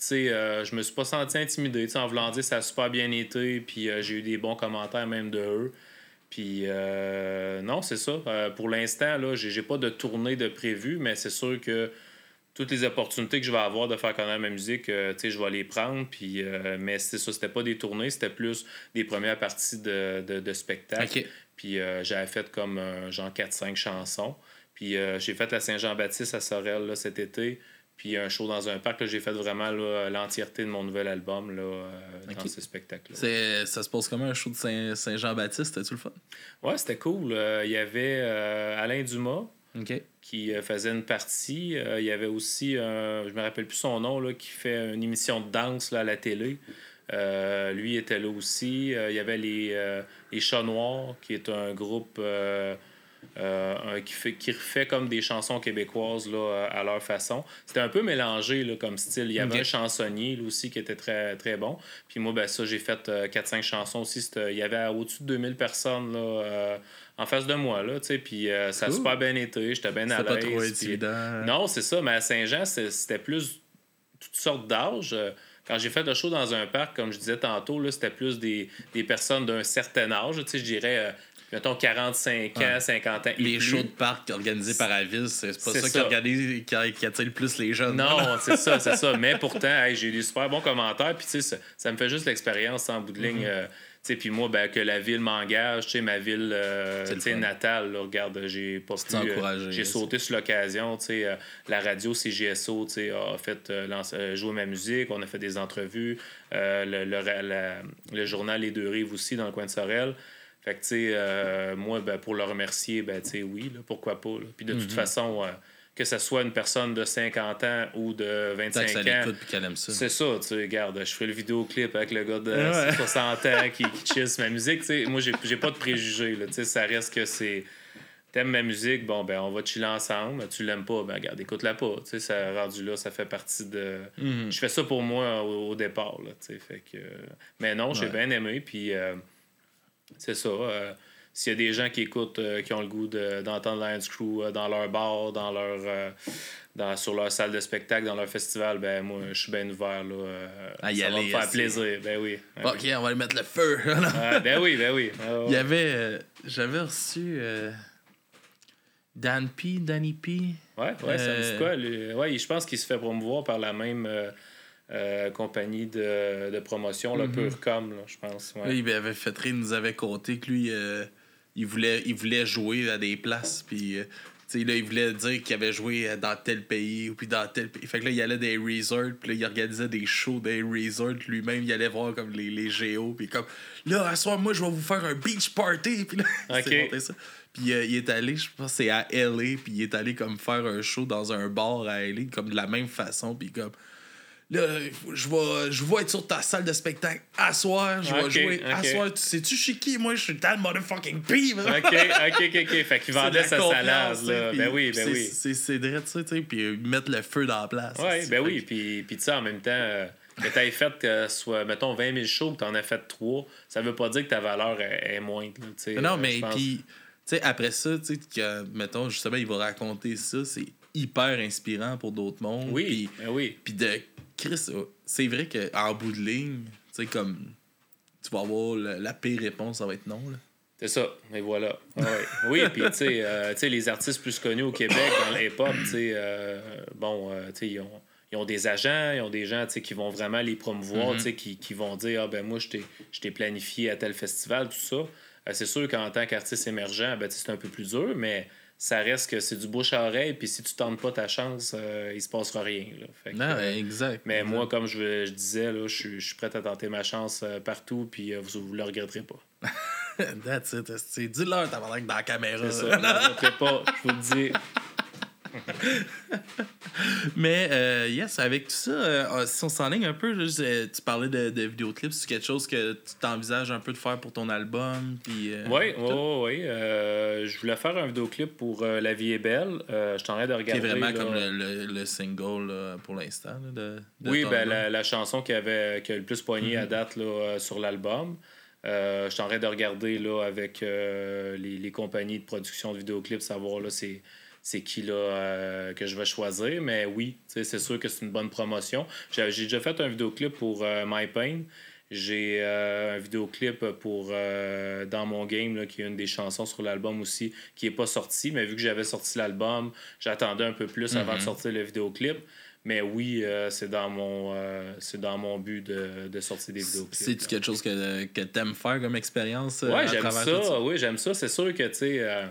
tu sais, euh, je me suis pas senti intimidé. En voulant dire, ça a super bien été. Puis euh, j'ai eu des bons commentaires même de eux. Puis euh, non, c'est ça. Euh, pour l'instant, là, j'ai, j'ai pas de tournée de prévu, mais c'est sûr que toutes les opportunités que je vais avoir de faire connaître ma musique, euh, tu sais, je vais les prendre. Puis, euh, mais c'est ça, c'était pas des tournées, c'était plus des premières parties de, de, de spectacle. OK. Puis euh, j'avais fait comme euh, genre quatre cinq chansons. Puis euh, j'ai fait la Saint-Jean-Baptiste à Sorel là, cet été. Puis un show dans un parc, là, j'ai fait vraiment là, l'entièreté de mon nouvel album là, euh, OK. dans ce spectacle-là. C'est, ça se passe comme un show de Saint, Saint-Jean-Baptiste, c'était-tu le fun? Ouais, c'était cool. Euh, Il y avait euh, Alain Dumas OK. qui euh, faisait une partie. Euh, Il y avait aussi, euh, je me rappelle plus son nom, là, qui fait une émission de danse là, à la télé. Euh, lui était là aussi. Euh, Il y avait les, euh, les Chats Noirs, qui est un groupe euh, euh, un- qui, fait, qui refait comme des chansons québécoises là, à leur façon. C'était un peu mélangé là, comme style. Il y avait Ok. un chansonnier là, aussi qui était très, très bon. Puis moi, ben, ça, j'ai fait euh, quatre cinq chansons aussi. C'était- Il y avait au-dessus de deux mille personnes là, euh, en face de moi. Là, tu sais, puis euh, ça a Cool. super bien été. J'étais bien à C'était pas l'aise. trop puis- intimidant. Non, c'est ça. Mais à Saint-Jean, c'est- c'était plus toutes sortes d'âges. Euh, Quand j'ai fait le show dans un parc, comme je disais tantôt, là, c'était plus des, des personnes d'un certain âge. Tu sais, je dirais, euh, mettons, quarante-cinq ans, Ouais. cinquante ans et Les plus. shows de parc organisés par la ville, c'est c'est pas C'est ça, qui ça. organise, qui, qui attire le plus les jeunes. Non, c'est ça, c'est ça. Mais pourtant, hey, j'ai eu des super bons commentaires. Puis, tu sais, ça, ça me fait juste l'expérience en bout de ligne. Mhm. euh, tu sais, puis moi, ben, que la ville m'engage, tu sais, ma ville euh, C'est le tu sais, fun. natale, là, regarde, j'ai pas Tu t'es pu. euh, encouragé, j'ai ça. sauté sur l'occasion, tu sais. euh, la radio C G S O, tu sais, a fait euh, lance- euh, jouer ma musique. On a fait des entrevues. Euh, le, le, la- le journal Les Deux Rives aussi, dans le coin de Sorel. Fait que, tu sais, euh, moi, ben, pour le remercier, ben, tu sais, oui, là, pourquoi pas. Là. Puis de toute Mhm. façon, euh, que ce soit une personne de cinquante ans ou de Tant que vingt-cinq ça ans, l'écoute et qu'elle aime ça. c'est ça, tu sais, regarde, je fais le vidéoclip avec le gars de Ouais. soixante ans qui, qui chill sur ma musique, tu sais, moi, j'ai, j'ai pas de préjugés, là, tu sais, ça reste que c'est... T'aimes ma musique, bon, ben, on va chiller ensemble, tu l'aimes pas, ben, regarde, écoute-la pas, tu sais, ça, rendu là, ça fait partie de... Mhm. Je fais ça pour moi au, au départ, là, tu sais, fait que... Mais non, j'ai Ouais. bien aimé, puis euh, c'est ça, euh, s'il y a des gens qui écoutent, euh, qui ont le goût de- d'entendre Lions Crew euh, dans leur bar, dans leur... euh, dans, sur leur salle de spectacle, dans leur festival, ben moi, je suis bien ouvert. Là, euh, À y ça va aller, me faire c'est- plaisir. Ben oui. Ben, Ok, on va lui mettre le feu. oui. Ah, ben oui, ben oui. Ah, ouais. Il y avait. euh, j'avais reçu euh, Dan P, Danny P. Ouais, ouais, ça me dit Euh, quoi? lui? Ouais, je pense qu'il se fait promouvoir par la même euh, euh, compagnie de, de promotion, le Mhm. Purcom, là, je pense. Ouais. Là, il avait fait rire, il nous avait conté que lui, euh, il, voulait, il voulait jouer à des places, puis euh, tu sais, là, il voulait dire qu'il avait joué dans tel pays, ou puis dans tel pays. Fait que là, il allait des resorts, puis là, il organisait des shows des resorts lui-même, il allait voir comme les, les géos, puis comme, là, à soir, moi, je vais vous faire un beach party, puis là, il Ok. s'est monté ça. Puis euh, il est allé, je pense que c'est à L A, puis il est allé comme faire un show dans un bar à L A, comme de la même façon, puis comme... Là, je vais, je vais être sur ta salle de spectacle à soir, je vais Ok, jouer à ok. soir. Tu sais-tu chez qui? Moi, je suis Dan motherfucking P. OK, OK, OK, OK. Fait qu'il vendait sa salade, là. Ben oui, ben oui. C'est c'est direct ça, tu sais, puis euh, mettre le feu dans la place. Oui, c'est- ben fait oui. que- Puis, puis tu sais, en même temps, euh, que tu aies fait, que soit, mettons, vingt mille shows, que tu en as fait trois, ça veut pas dire que ta valeur est, est moindre. là, tu sais, Mais non, euh, mais je pense. puis, tu sais, après ça, tu sais, que, mettons, justement, il va raconter ça, c'est hyper inspirant pour d'autres mondes. Oui, Puis, ben oui. puis de Chris, euh, c'est vrai qu'en bout de ligne, tu sais, comme, tu vas avoir le- la pire réponse, ça va être non, là. C'est ça, et voilà. Ah ouais. Oui, puis tu sais, euh, tu sais, les artistes plus connus au Québec dans le hip-hop, tu sais, euh, bon, euh, tu sais, ils ont, ils ont des agents, ils ont des gens, tu sais, qui vont vraiment les promouvoir, Mhm. tu sais, qui, qui vont dire, ah ben moi, je t'ai- je t'ai planifié à tel festival, tout ça. Euh, c'est sûr qu'en tant qu'artiste émergent, ben, tu sais, c'est un peu plus dur, mais ça reste que c'est du bouche à oreille, puis si tu tentes pas ta chance, euh, il se passera rien. Là. Fait que, Non, euh, exact. mais exact. moi, comme je, je disais, là, je suis- je suis prêt à tenter ma chance euh, partout, puis euh, vous ne le regretterez pas. That's it, esti. Dis-leur, t'as l'air que dans la caméra. C'est ça, ne le regretterez pas, je vous le dis. Mais, euh, yes, avec tout ça, euh, si on s'enligne un peu, là, je- tu parlais de, de vidéoclips, c'est quelque chose que tu t'envisages un peu de faire pour ton album, puis... euh, Oui, tout? oui, oui. Je voulais faire un vidéoclip pour euh, La vie est belle. Euh, je suis en train de Qui est regarder. vraiment là. comme le, le, le single là, pour l'instant là, de, de Oui, ton ben, album. la, la chanson qui, avait, qui a le plus poigné à date là, euh, sur l'album. Euh, je suis en train de regarder là, avec euh, les, les compagnies de production de vidéoclips, savoir là, c'est, c'est qui là, euh, que je vais choisir. Mais oui, c'est sûr que c'est une bonne promotion. J'ai, j'ai déjà fait un vidéoclip pour euh, My Pain. J'ai euh, un vidéoclip pour euh, Dans mon game, là, qui est une des chansons sur l'album aussi, qui n'est pas sorti. Mais vu que j'avais sorti l'album, j'attendais un peu plus avant mm-hmm. de sortir le vidéoclip. Mais oui, euh, c'est dans mon euh, c'est dans mon but de, de sortir des vidéoclips. C'est-tu quelque chose que, que tu aimes faire comme expérience? Euh, ouais, j'aime ça. ça. Oui, j'aime ça. C'est sûr que, tu sais, euh,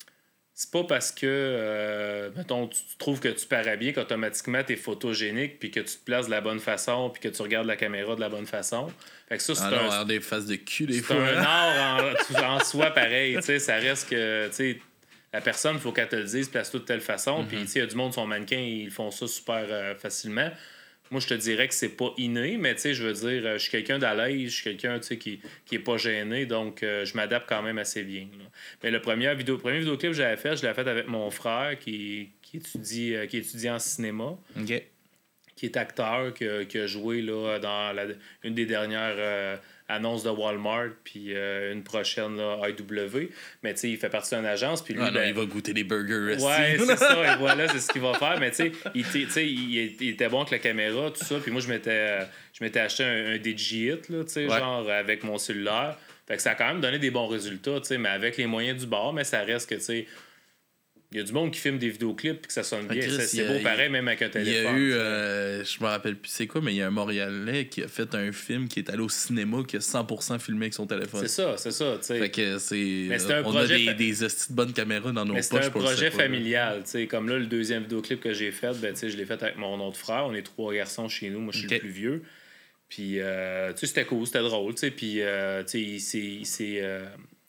c'est pas parce que, euh, mettons, tu, tu trouves que tu parais bien qu'automatiquement t'es photogénique, puis que tu te places de la bonne façon, puis que tu regardes la caméra de la bonne façon. Fait que ça, c'est ah un... non, des faces de cul, des c'est fois. C'est un art en, en soi pareil, tu sais. Ça reste que, tu sais... La personne, il faut qu'elle te le dise, place-toi de telle façon. Mm-hmm. Puis, tu sais, il y a du monde, son mannequin, ils font ça super euh, facilement. Moi, je te dirais que c'est pas inné, mais, tu sais, je veux dire, je suis quelqu'un d'à l'aise, je suis quelqu'un, tu sais, qui, qui est pas gêné, donc euh, je m'adapte quand même assez bien. Là. Mais le premier, vidéo, premier vidéoclip que j'avais fait, je l'ai fait avec mon frère qui, qui, étudie, euh, qui étudie en cinéma. OK. Qui est acteur, qui a, qui a joué là, dans la, une des dernières euh, annonces de Walmart, puis euh, une prochaine là, I W. Mais tu sais, il fait partie d'une agence. Puis lui, ah non, ben, il va goûter des burgers. Ouais, c'est ça. Et voilà, c'est ce qu'il va faire. Mais tu sais, il, il, il était bon avec la caméra, tout ça. Puis moi, je m'étais, je m'étais acheté un, un D J I T, là, tu sais, ouais. genre avec mon cellulaire. Fait que ça a quand même donné des bons résultats, tu sais, mais avec les moyens du bord, mais ça reste que, tu sais, il y a du monde qui filme des vidéoclips et que ça sonne bien. Chris, c'est c'est beau a, pareil, même avec un téléphone. Il y a eu, euh, je me rappelle plus c'est quoi, mais il y a un Montréalais qui a fait un film qui est allé au cinéma qui a cent pour cent filmé avec son téléphone. C'est ça, c'est ça. T'sais. Fait que c'est. Mais c'est un on projet a des, fa... des hosties de bonnes caméras dans nos mais poches. C'est un projet pas, familial. T'sais. Comme là, le deuxième vidéoclip que j'ai fait, ben, je l'ai fait avec mon autre frère. On est trois garçons chez nous. Moi, je suis okay. le plus vieux. Puis, euh, c'était cool, c'était drôle. Puis, euh, il s'est. Euh,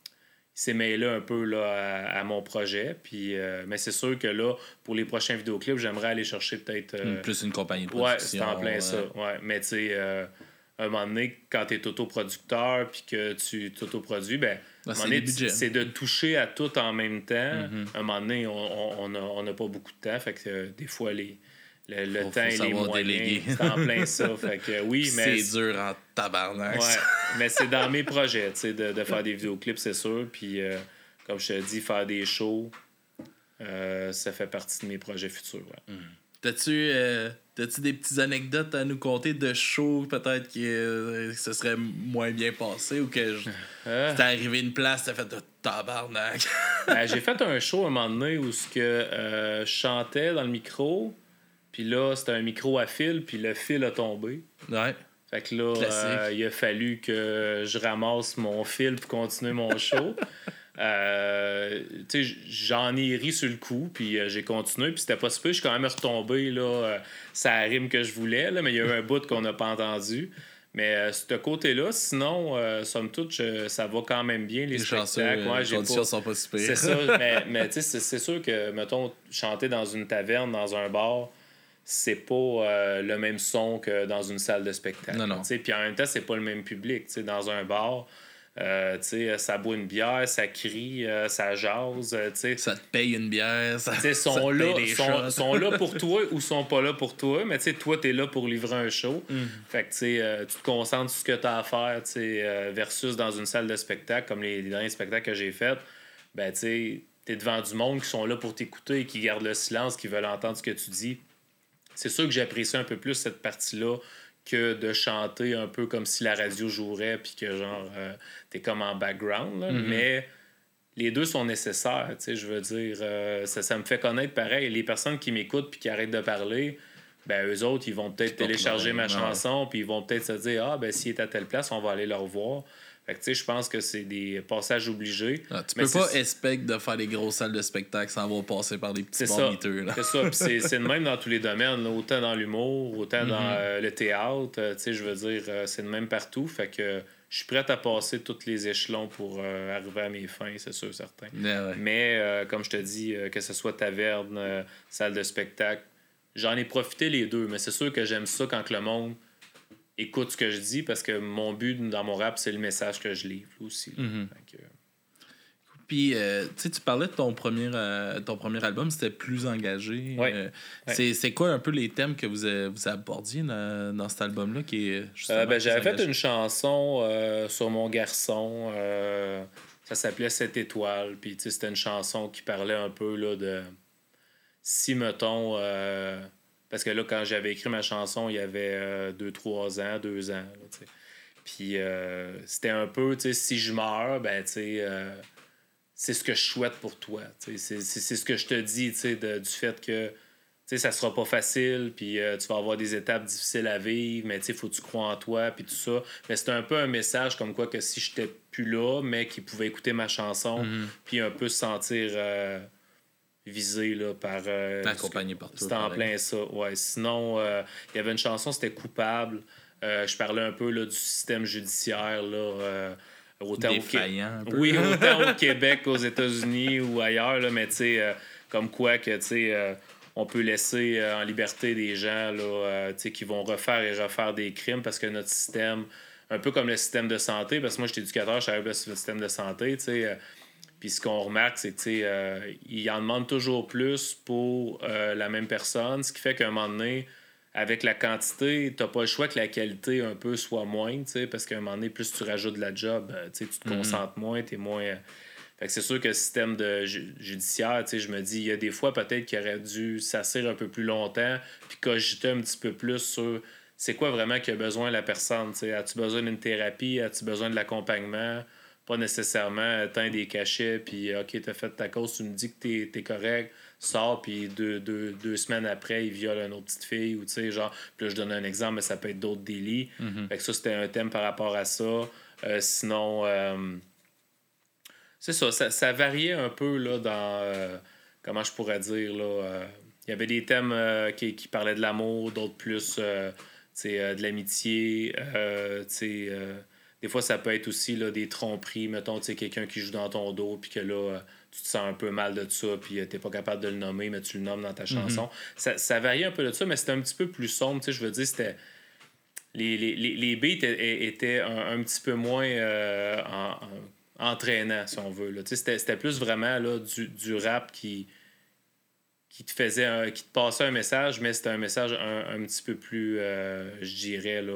Il s'est mêlé un peu là, à, à mon projet. Puis, euh, mais c'est sûr que là, pour les prochains vidéoclips, j'aimerais aller chercher peut-être. Euh... Plus une compagnie de production. Ouais, c'est en plein euh... ça. Ouais. Mais tu sais, euh, à un moment donné, quand tu es autoproducteur puis que tu t'autoproduis, ben, ah, c'est, c'est de toucher à tout en même temps. Mm-hmm. À un moment donné, on n'a on on pas beaucoup de temps. Fait que euh, des fois, les. Le, le faut, temps faut et les moyens, c'est en plein ça. Fait que, oui, mais c'est dur en tabarnak. Ouais, mais c'est dans mes projets, tu sais, de, de faire des vidéoclips, c'est sûr. Puis, euh, comme je te dis, faire des shows, euh, ça fait partie de mes projets futurs. Ouais. Mm. T'as-tu, euh, t'as-tu des petites anecdotes à nous conter de shows, peut-être que euh, ce serait moins bien passé ou que je... euh... t'es arrivé une place, t'as fait de tabarnak? Ben, j'ai fait un show à un moment donné où ce que, euh, je chantais dans le micro. Puis là, c'était un micro à fil, puis le fil a tombé. Ouais. Fait que là, euh, il a fallu que je ramasse mon fil pour continuer mon show. euh, tu sais, j'en ai ri sur le coup, puis euh, j'ai continué, puis c'était pas super. Je suis quand même retombé, là, euh, ça rime que je voulais, là, mais il y a eu un bout qu'on n'a pas entendu. Mais euh, ce côté-là, sinon, euh, somme toute, je, ça va quand même bien, les, les spectacles. Chanceux, ouais, les conditions pas... sont pas super. C'est ça, mais, mais tu sais, c'est, c'est sûr que, mettons, chanter dans une taverne, dans un bar, c'est pas euh, le même son que dans une salle de spectacle. Non, non. Puis en même temps, c'est pas le même public. T'sais, dans un bar, euh, ça boit une bière, ça crie, euh, ça jase. T'sais. Ça te paye une bière, ça, sont ça te là, paye des sont, sont là pour toi ou sont pas là pour toi. Mais toi, t'es là pour livrer un show. Mm. Fait que euh, tu te concentres sur ce que t'as à faire euh, versus dans une salle de spectacle, comme les, les derniers spectacles que j'ai faits. Ben, t'es devant du monde qui sont là pour t'écouter et qui gardent le silence, qui veulent entendre ce que tu dis. C'est sûr que j'apprécie un peu plus cette partie-là que de chanter un peu comme si la radio jouerait puis que genre euh, t'es comme en background. Là. Mm-hmm. Mais les deux sont nécessaires, tu sais, je veux dire. Euh, ça, ça me fait connaître pareil. Les personnes qui m'écoutent puis qui arrêtent de parler, ben eux autres, ils vont peut-être télécharger ma chanson puis ils vont peut-être se dire « Ah, ben s'il est à telle place, on va aller le revoir. » Fait que tu sais, je pense que c'est des passages obligés. Ah, tu peux pas espérer de faire des grosses salles de spectacle sans avoir passé par des petits bars miteux. C'est ça. Puis c'est, c'est le même dans tous les domaines. Là. Autant dans l'humour, autant mm-hmm. dans euh, le théâtre. Euh, tu sais, je veux dire, euh, c'est le même partout. Fait que je suis prêt à passer tous les échelons pour euh, arriver à mes fins, c'est sûr, certain. Yeah, ouais. Mais euh, comme je te dis, euh, que ce soit taverne, euh, salle de spectacle, j'en ai profité les deux. Mais c'est sûr que j'aime ça quand que le monde écoute ce que je dis parce que mon but dans mon rap, c'est le message que je livre aussi. Mm-hmm. Que... Puis, euh, tu sais, tu parlais de ton premier, euh, ton premier album, c'était plus engagé. Ouais. Euh, ouais. C'est, c'est quoi un peu les thèmes que vous, euh, vous abordiez dans, dans cet album-là qui est euh, ben, J'avais fait une chanson euh, sur mon garçon. Euh, ça s'appelait Cette étoile. Puis, tu sais, c'était une chanson qui parlait un peu là, de si, mettons... Euh, parce que là, quand j'avais écrit ma chanson, il y avait deux trois ans, deux ans. Là, t'sais. Puis euh, c'était un peu, tu sais, si je meurs, ben, tu sais, euh, c'est ce que je souhaite pour toi. C'est, c'est, c'est ce que je te dis, tu sais, du fait que, tu sais, ça sera pas facile, puis euh, tu vas avoir des étapes difficiles à vivre, mais tu sais, faut que tu crois en toi, puis tout ça. Mais c'était un peu un message comme quoi que si j'étais plus là, mais qu'il pouvait écouter ma chanson, mm-hmm. puis un peu se sentir euh, visé là, par... Euh, accompagné par toi. C'était en plein ça, ouais. Sinon, il euh, y avait une chanson, c'était Coupable. Euh, je parlais un peu là, du système judiciaire, là, euh, autant, au Qué- un peu. Oui, autant au Québec qu'aux États-Unis ou ailleurs, là, mais tu sais, euh, comme quoi que, tu sais, euh, on peut laisser euh, en liberté des gens là, euh, tu sais, qui vont refaire et refaire des crimes parce que notre système, un peu comme le système de santé, parce que moi, j'étais éducateur, je savais pas sur le système de santé, tu sais, euh, puis ce qu'on remarque, c'est que, tu sais, euh, ils en demandent toujours plus pour euh, la même personne, ce qui fait qu'à un moment donné, avec la quantité, t'as pas le choix que la qualité un peu soit moindre, parce qu'à un moment donné, plus tu rajoutes de la job, tu te concentres mm-hmm. moins, t'es moins... Fait que c'est sûr que le système de ju- judiciaire, je me dis, il y a des fois peut-être qu'il aurait dû s'asseoir un peu plus longtemps puis cogiter un petit peu plus sur c'est quoi vraiment qu'il a besoin la personne. T'sais. As-tu besoin d'une thérapie? As-tu besoin de l'accompagnement? Pas nécessairement atteindre des cachets puis OK, t'as fait ta cause, tu me dis que t'es, t'es correct, sors, puis deux, deux, deux semaines après, il viole une autre petite fille, ou tu sais, genre, puis là, je donne un exemple, mais ça peut être d'autres délits. Mm-hmm. Fait que ça, c'était un thème par rapport à ça. Euh, sinon, euh, c'est ça, ça, ça variait un peu, là, dans, euh, comment je pourrais dire, là, euh, il y avait des thèmes euh, qui, qui parlaient de l'amour, d'autres plus, euh, tu sais, euh, de l'amitié, euh, tu sais, euh, des fois, ça peut être aussi là, des tromperies. Mettons, tu sais, quelqu'un qui joue dans ton dos, puis que là, euh, tu te sens un peu mal de ça, puis euh, t'es pas capable de le nommer, mais tu le nommes dans ta chanson. Mm-hmm. Ça, ça variait un peu de ça, mais c'était un petit peu plus sombre. Tu sais, je veux dire, c'était... Les, les, les beats étaient un, un petit peu moins euh, en, en, entraînants, si on veut. Là. Tu sais, c'était, c'était plus vraiment là, du, du rap qui, qui te faisait un, qui te passait un message, mais c'était un message un, un petit peu plus, euh, je dirais, là...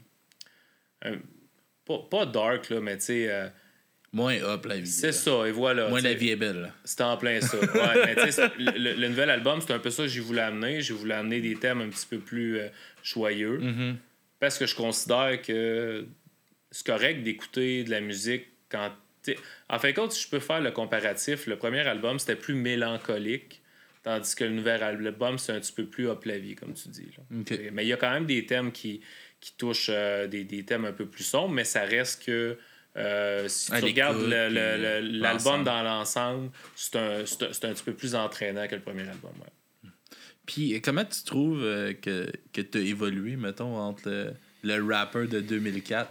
Euh, un, Pas, pas dark, là, mais tu sais... Euh, moins up, la vie. C'est là. ça, et voilà. Moins la vie est belle. Là. C'était en plein ça. Ouais, mais tu sais, le, le nouvel album, c'est un peu ça que j'ai voulu amener. J'ai voulu amener des thèmes un petit peu plus euh, joyeux. Mm-hmm. Parce que je considère que c'est correct d'écouter de la musique quand... T'sais, en fin de compte, si je peux faire le comparatif, le premier album, c'était plus mélancolique. Tandis que le nouvel album, c'est un petit peu plus up la vie, comme tu dis. Là. Okay. Mais il y a quand même des thèmes qui... qui touche euh, des, des thèmes un peu plus sombres, mais ça reste que euh, si à tu regardes le, le, le, le, l'album dans l'ensemble, c'est un, c'est, un, c'est un petit peu plus entraînant que le premier album. Ouais. Puis comment tu trouves euh, que, que tu as évolué, mettons, entre le, le rapper de deux mille quatre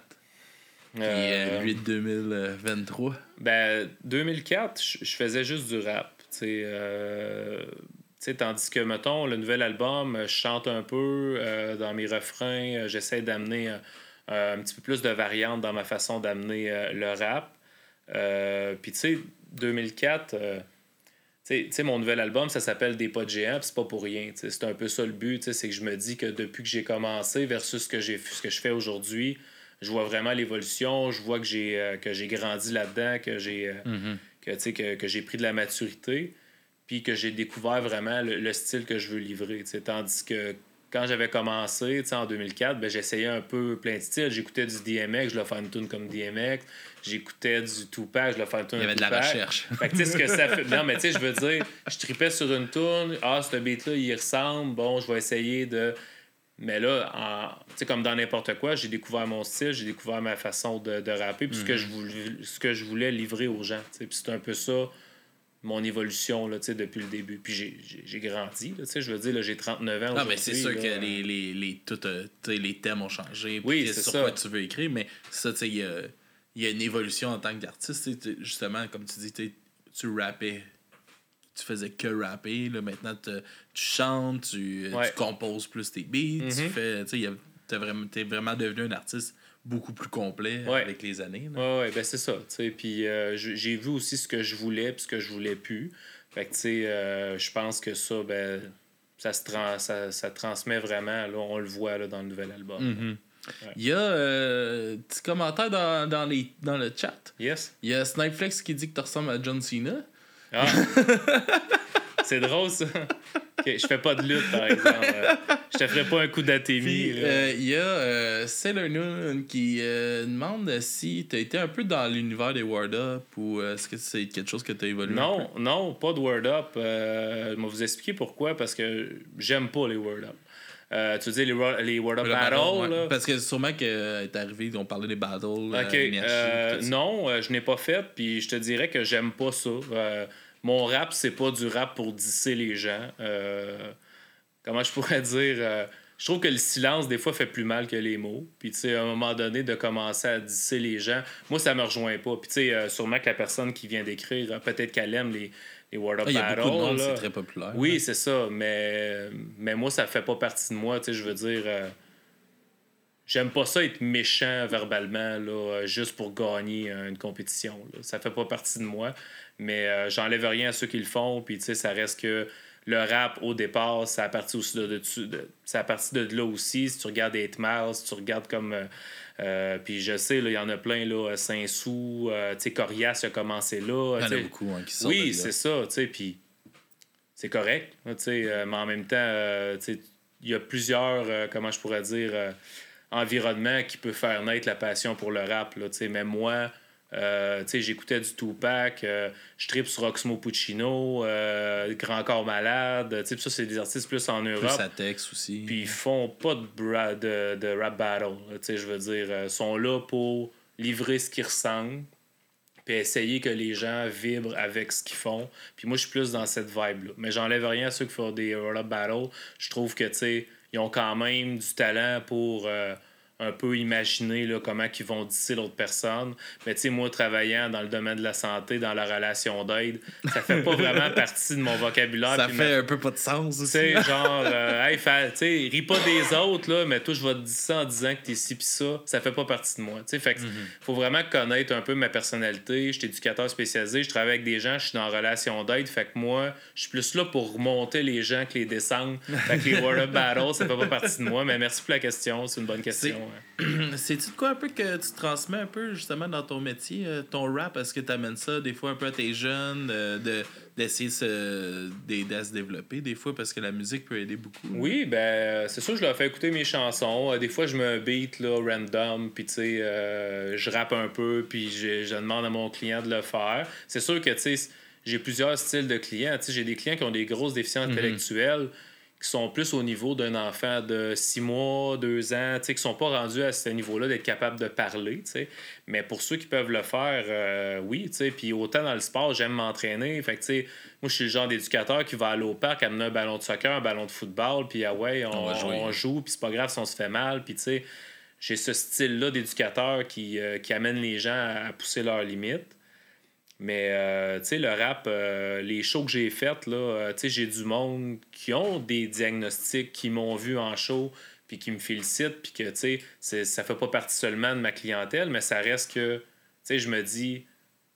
et euh, lui de deux mille vingt-trois? Ben, deux mille quatre, je faisais juste du rap. Tu sais... Euh... T'sais, tandis que, mettons, le nouvel album, je chante un peu euh, dans mes refrains, euh, j'essaie d'amener euh, un petit peu plus de variantes dans ma façon d'amener euh, le rap. Euh, Puis, tu sais, deux mille quatre, euh, tu sais, mon nouvel album, ça s'appelle Des pas de géants, puis c'est pas pour rien. T'sais, c'est un peu ça le but, c'est que je me dis que depuis que j'ai commencé versus ce que, j'ai, ce que je fais aujourd'hui, je vois vraiment l'évolution, je vois que j'ai, euh, que j'ai grandi là-dedans, que j'ai, euh, mm-hmm. que, que, que j'ai pris de la maturité. Puis que j'ai découvert vraiment le, le style que je veux livrer. T'sais. Tandis que quand j'avais commencé en deux mille quatre, ben, j'essayais un peu plein de styles. J'écoutais du D M X, je voulais faire une tune comme D M X. J'écoutais du Tupac, je voulais faire une tune. Il y avait de la Tupac. recherche. Fait que, ce que ça fait... Non, mais tu sais, je veux dire, je tripais sur une tune. Ah, ce beat-là, il ressemble. Bon, je vais essayer de... Mais là, en... comme dans n'importe quoi, j'ai découvert mon style, j'ai découvert ma façon de, de rapper, puis mm-hmm. ce, que je voulais, ce que je voulais livrer aux gens. Puis c'est un peu ça... mon évolution là, depuis le début. Puis j'ai, j'ai, j'ai grandi. Là, je veux dire, là, j'ai trente-neuf ans. Non, mais c'est sûr là, que les, les, les, tout, euh, les thèmes ont changé. Oui, c'est sur ça. quoi tu veux écrire. Mais ça, il y a, y a une évolution en tant qu'artiste. Justement, comme tu dis, tu rappais. Tu faisais que rapper. Là, maintenant, tu chantes, tu, ouais. tu composes plus tes beats. Mm-hmm. Tu fais. Tu es vraiment, vraiment devenu un artiste beaucoup plus complet ouais. avec les années. Oui, ouais, ben c'est ça. Puis euh, j'ai vu aussi ce que je voulais et ce que je voulais plus. Fait que tu sais, euh, je pense que ça, ben, ça se trans, ça, ça transmet vraiment. Là, on le voit là, dans le nouvel album. Mm-hmm. Ouais. Il y a euh, petit commentaire dans, dans, les, dans le chat. Yes. Il y a Snipeflex qui dit que tu ressembles à John Cena. Ah. C'est drôle, ça. Okay, je fais pas de lutte, par exemple. Je te ferai pas un coup d'atémie. Il euh, y a euh, Sailor Moon qui euh, demande si tu as été un peu dans l'univers des Word Up ou euh, est-ce que c'est quelque chose que tu as évolué Non, un peu? non, pas de Word Up. Euh, je vais vous expliquer pourquoi. Parce que j'aime pas les Word Up. Euh, tu veux dire les, les Word Up Battle? Battle, là? ouais. Parce que sûrement que est arrivé, on parlait des battles. Ok, euh, énergie, euh, tout ça. non, euh, je n'ai pas fait. Puis je te dirais que j'aime pas ça. Euh, mon rap, c'est pas du rap pour disser les gens. Euh, comment je pourrais dire? Euh, je trouve que le silence, des fois, fait plus mal que les mots. Puis, tu sais, à un moment donné, de commencer à disser les gens, moi, ça me rejoint pas. Puis, tu sais, euh, sûrement que la personne qui vient d'écrire, euh, peut-être qu'elle aime les, les Word Up Ah, il y a Battle. beaucoup de monde, là. c'est très populaire. Oui, là. c'est ça. Mais, mais moi, ça fait pas partie de moi. Tu sais, je veux dire, euh, j'aime pas ça être méchant verbalement, là, euh, juste pour gagner euh, une compétition. Là. Ça fait pas partie de moi. Mais euh, j'enlève rien à ceux qui le font. Puis, tu sais, ça reste que le rap, au départ, ça a parti aussi de, de, de, ça a parti de là aussi. Si tu regardes eight Miles, si tu regardes comme... Euh, euh, puis je sais, il y en a plein, là, Saint-Sou, euh, tu sais, Corias a commencé là. Il y en t'sais. a beaucoup hein, qui sortent Oui, de là. c'est ça, tu sais, puis c'est correct, tu sais, euh, mais en même temps, euh, tu sais, il y a plusieurs, euh, comment je pourrais dire, euh, environnements qui peuvent faire naître la passion pour le rap, là, tu sais, mais moi... Euh, tu sais, j'écoutais du Tupac, euh, je tripe sur Oxmo Puccino, euh, Grand Corps Malade, tu sais, ça, c'est des artistes plus en Europe. Plus à texte aussi. Puis ils font pas de, bra- de, de rap battle, tu sais, je veux dire, euh, sont là pour livrer ce qu'ils ressentent, puis essayer que les gens vibrent avec ce qu'ils font. Puis moi, je suis plus dans cette vibe-là. Mais j'enlève rien à ceux qui font des rap battle. Je trouve que, tu sais, ils ont quand même du talent pour... Euh, un peu imaginer là, comment ils vont disser l'autre personne. Mais tu sais, moi, travaillant dans le domaine de la santé, dans la relation d'aide, ça fait pas vraiment partie de mon vocabulaire. Ça puis fait ma... un peu pas de sens Tu aussi. sais, genre, euh, hey, fa... tu sais, ris pas des autres, là, mais toi, je vais te dire ça en disant que t'es ci pis ça. Ça fait pas partie de moi. Tu sais, fait que Mm-hmm. faut vraiment connaître un peu ma personnalité. Je suis éducateur spécialisé, je travaille avec des gens, je suis dans relation d'aide. Fait que moi, je suis plus là pour remonter les gens que les descendre. Fait que les Word Up Battle, ça fait pas partie de moi. Mais merci pour la question, c'est une bonne question. Hein. C'est-tu de quoi un peu que tu transmets un peu justement dans ton métier, euh, ton rap? Est-ce que tu amènes ça des fois un peu à tes jeunes, euh, de, d'essayer se, d'aider à se développer des fois parce que la musique peut aider beaucoup? Là. Oui, ben c'est sûr que je leur fais écouter mes chansons. Euh, Des fois, je me beat là, random, puis tu sais, euh, je rappe un peu, puis je, je demande à mon client de le faire. C'est sûr que tu sais, j'ai plusieurs styles de clients. Tu sais, j'ai des clients qui ont des grosses déficiences Mhm. intellectuelles, qui sont plus au niveau d'un enfant de six mois, deux ans, tu sais, qui sont pas rendus à ce niveau-là d'être capable de parler, tu sais. Mais pour ceux qui peuvent le faire, euh, oui, tu sais. Puis autant dans le sport, j'aime m'entraîner. Fait que, tu sais, moi, je suis le genre d'éducateur qui va aller au parc, amener un ballon de soccer, un ballon de football, puis ah ouais, on, On va jouer. on joue, puis c'est pas grave si on se fait mal, puis tu sais, j'ai ce style-là d'éducateur qui, euh, qui amène les gens à, à pousser leurs limites. Mais, euh, tu sais, le rap, euh, les shows que j'ai faites, là, euh, tu sais, j'ai du monde qui ont des diagnostics, qui m'ont vu en show, puis qui me félicitent, puis que, tu sais, c'est- ça fait pas partie seulement de ma clientèle, mais ça reste que, tu sais, je me dis,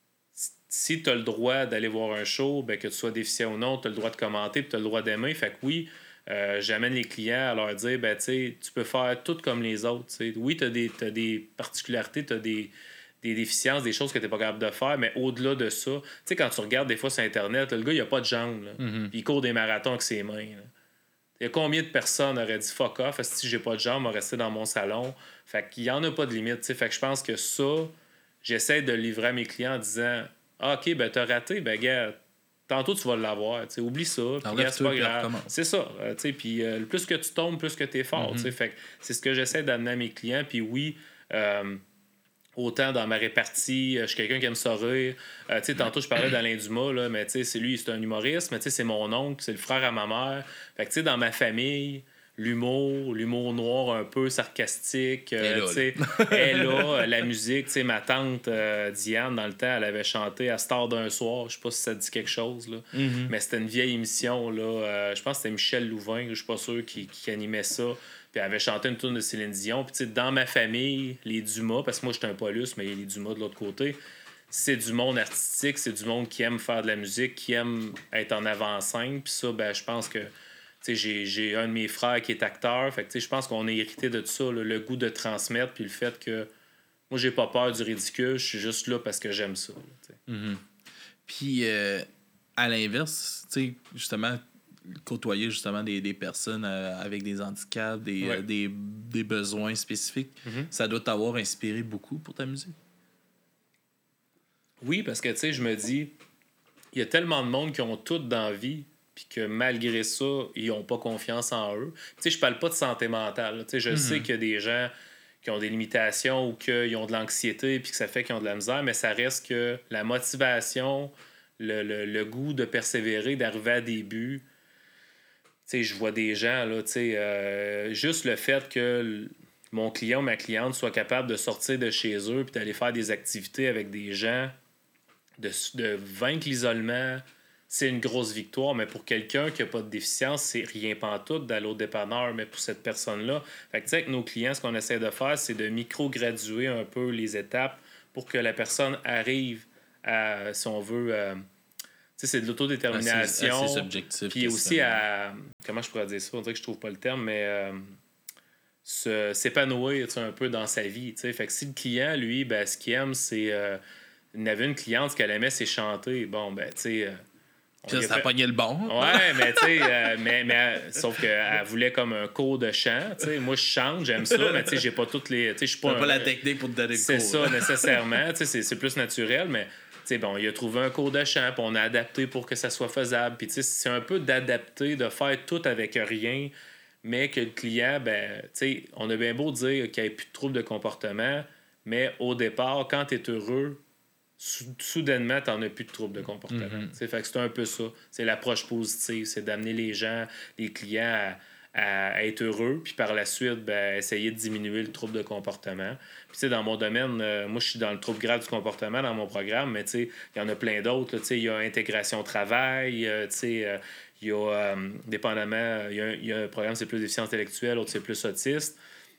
si tu as le droit d'aller voir un show, ben, que tu sois déficient ou non, tu as le droit de commenter, puis tu as le droit d'aimer. Fait que oui, euh, j'amène les clients à leur dire, ben, tu sais, tu peux faire tout comme les autres. T'sais. Oui, tu as des, t'as des particularités, tu as des des déficiences, des choses que tu n'es pas capable de faire, mais au-delà de ça, tu sais, quand tu regardes des fois sur Internet, là, le gars, il a pas de jambes, là, Mm-hmm. puis il court des marathons avec ses mains. Là. Il y a combien de personnes auraient dit fuck off, si j'ai pas de jambes, je vais rester dans mon salon. Fait qu'il y en a pas de limite. T'sais. Fait que je pense que ça, j'essaie de le livrer à mes clients en disant ah, OK, ben t'as raté, ben gars, tantôt tu vas l'avoir. T'sais. Oublie ça, puis gars, c'est pas grave. C'est ça. Euh, puis euh, plus que tu tombes, plus que tu es fort. Mm-hmm. Fait que c'est ce que j'essaie d'amener à mes clients. Puis oui, euh, autant dans ma répartie, je suis quelqu'un qui aime ça rire. Euh, tantôt, je parlais d'Alain Dumas, là, mais c'est lui, c'est un humoriste, mais c'est mon oncle, c'est le frère à ma mère. Fait que dans ma famille, l'humour, l'humour noir un peu sarcastique, euh, est là, est là la musique. Ma tante euh, Diane, dans le temps, elle avait chanté à Star d'un soir. Je sais pas si ça dit quelque chose, là. Mm-hmm. Mais c'était une vieille émission. Là, euh, je pense que c'était Michel Louvain, je suis pas sûr, qui, qui animait ça. Puis elle avait chanté une tune de Céline Dion. Puis, tu sais, dans ma famille, les Dumas, parce que moi, j'étais un Paulus, mais il y a les Dumas de l'autre côté, c'est du monde artistique, c'est du monde qui aime faire de la musique, qui aime être en avant-scène. Puis ça, ben, je pense que, tu sais, j'ai, j'ai un de mes frères qui est acteur. Fait que, tu sais, je pense qu'on est hérité de tout ça, là, le goût de transmettre, puis le fait que moi, j'ai pas peur du ridicule, je suis juste là parce que j'aime ça. Là, mm-hmm. Puis, euh, à l'inverse, tu sais, justement, côtoyer justement des, des personnes euh, avec des handicaps, des, Ouais. euh, des, des besoins spécifiques. Mm-hmm. Ça doit t'avoir inspiré beaucoup pour ta musique. Oui, parce que, tu sais, je me dis, il y a tellement de monde qui ont tout dans la vie, puis que malgré ça, ils n'ont pas confiance en eux. Tu sais, je parle pas de santé mentale. Tu sais, je mm-hmm. sais qu'il y a des gens qui ont des limitations ou qu'ils ont de l'anxiété, puis que ça fait qu'ils ont de la misère, mais ça reste que la motivation, le, le, le goût de persévérer, d'arriver à des buts. Tu sais, je vois des gens, là, tu sais, euh, juste le fait que mon client ou ma cliente soit capable de sortir de chez eux puis d'aller faire des activités avec des gens, de, de vaincre l'isolement, c'est une grosse victoire. Mais pour quelqu'un qui n'a pas de déficience, c'est rien pantoute d'aller au dépanneur. Mais pour cette personne-là, fait que, tu sais, avec nos clients, ce qu'on essaie de faire, c'est de micro-graduer un peu les étapes pour que la personne arrive à, si on veut... Euh, tu sais, c'est de l'autodétermination. Assez subjectif. Puis aussi à... Comment je pourrais dire ça? On dirait que je trouve pas le terme, mais... Euh, se, s'épanouir un peu dans sa vie. T'sais. Fait que si le client, lui, ben, ce qu'il aime, c'est... Euh, il y avait une cliente, ce qu'elle aimait, c'est chanter. Bon, ben, tu sais... Euh, ça, ça fait... pognait le bon. Ouais, mais tu sais, euh, mais, mais, sauf qu'elle voulait comme un cours de chant. T'sais. Moi, je chante, j'aime ça, mais tu sais, j'ai pas toutes les... Je suis pas, un... pas la technique pour te donner le cours. C'est ça, nécessairement. C'est, c'est plus naturel, mais... T'sais, bon, il a trouvé un cours de chant, puis on a adapté pour que ça soit faisable. Puis c'est un peu d'adapter, de faire tout avec rien, mais que le client, ben, t'sais, on a bien beau dire qu'il n'y ait plus de troubles de comportement, mais au départ, quand tu es heureux, sou- soudainement, tu n'en as plus de troubles de comportement. Mm-hmm. Fait que c'est un peu ça. C'est l'approche positive, c'est d'amener les gens, les clients à, à être heureux, puis par la suite, ben, essayer de diminuer le trouble de comportement. Puis dans mon domaine, euh, moi, je suis dans le trouble grave du comportement dans mon programme, mais il y en a plein d'autres. Il y a intégration travail, euh, tu sais... Euh, il y a, euh, dépendamment, il y, a, il y a un programme, c'est plus déficience intellectuelle, l'autre, c'est plus autiste.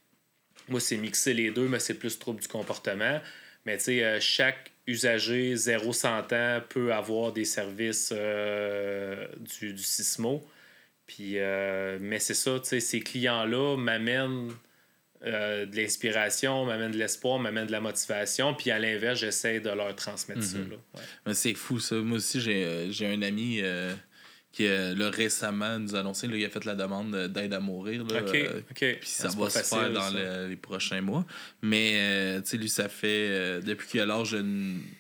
Moi, c'est mixer les deux, mais c'est plus trouble du comportement. Mais tu sais, euh, chaque usager zéro cent ans peut avoir des services euh, du, du Sismo. Puis, euh, mais c'est ça, tu sais, ces clients-là m'amènent euh, de l'inspiration, m'amènent de l'espoir, m'amènent de la motivation. Puis à l'inverse, j'essaie de leur transmettre mm-hmm. ça. Là. Ouais. C'est fou, ça. Moi aussi, j'ai, j'ai un ami... Euh... qui euh, là, récemment nous a annoncé qu'il a fait la demande d'aide à mourir. Là, OK, euh, OK. Puis ça c'est va se facile, faire dans le, les prochains mois. Mais, euh, tu sais, lui, ça fait... Euh, depuis qu'il a l'âge de,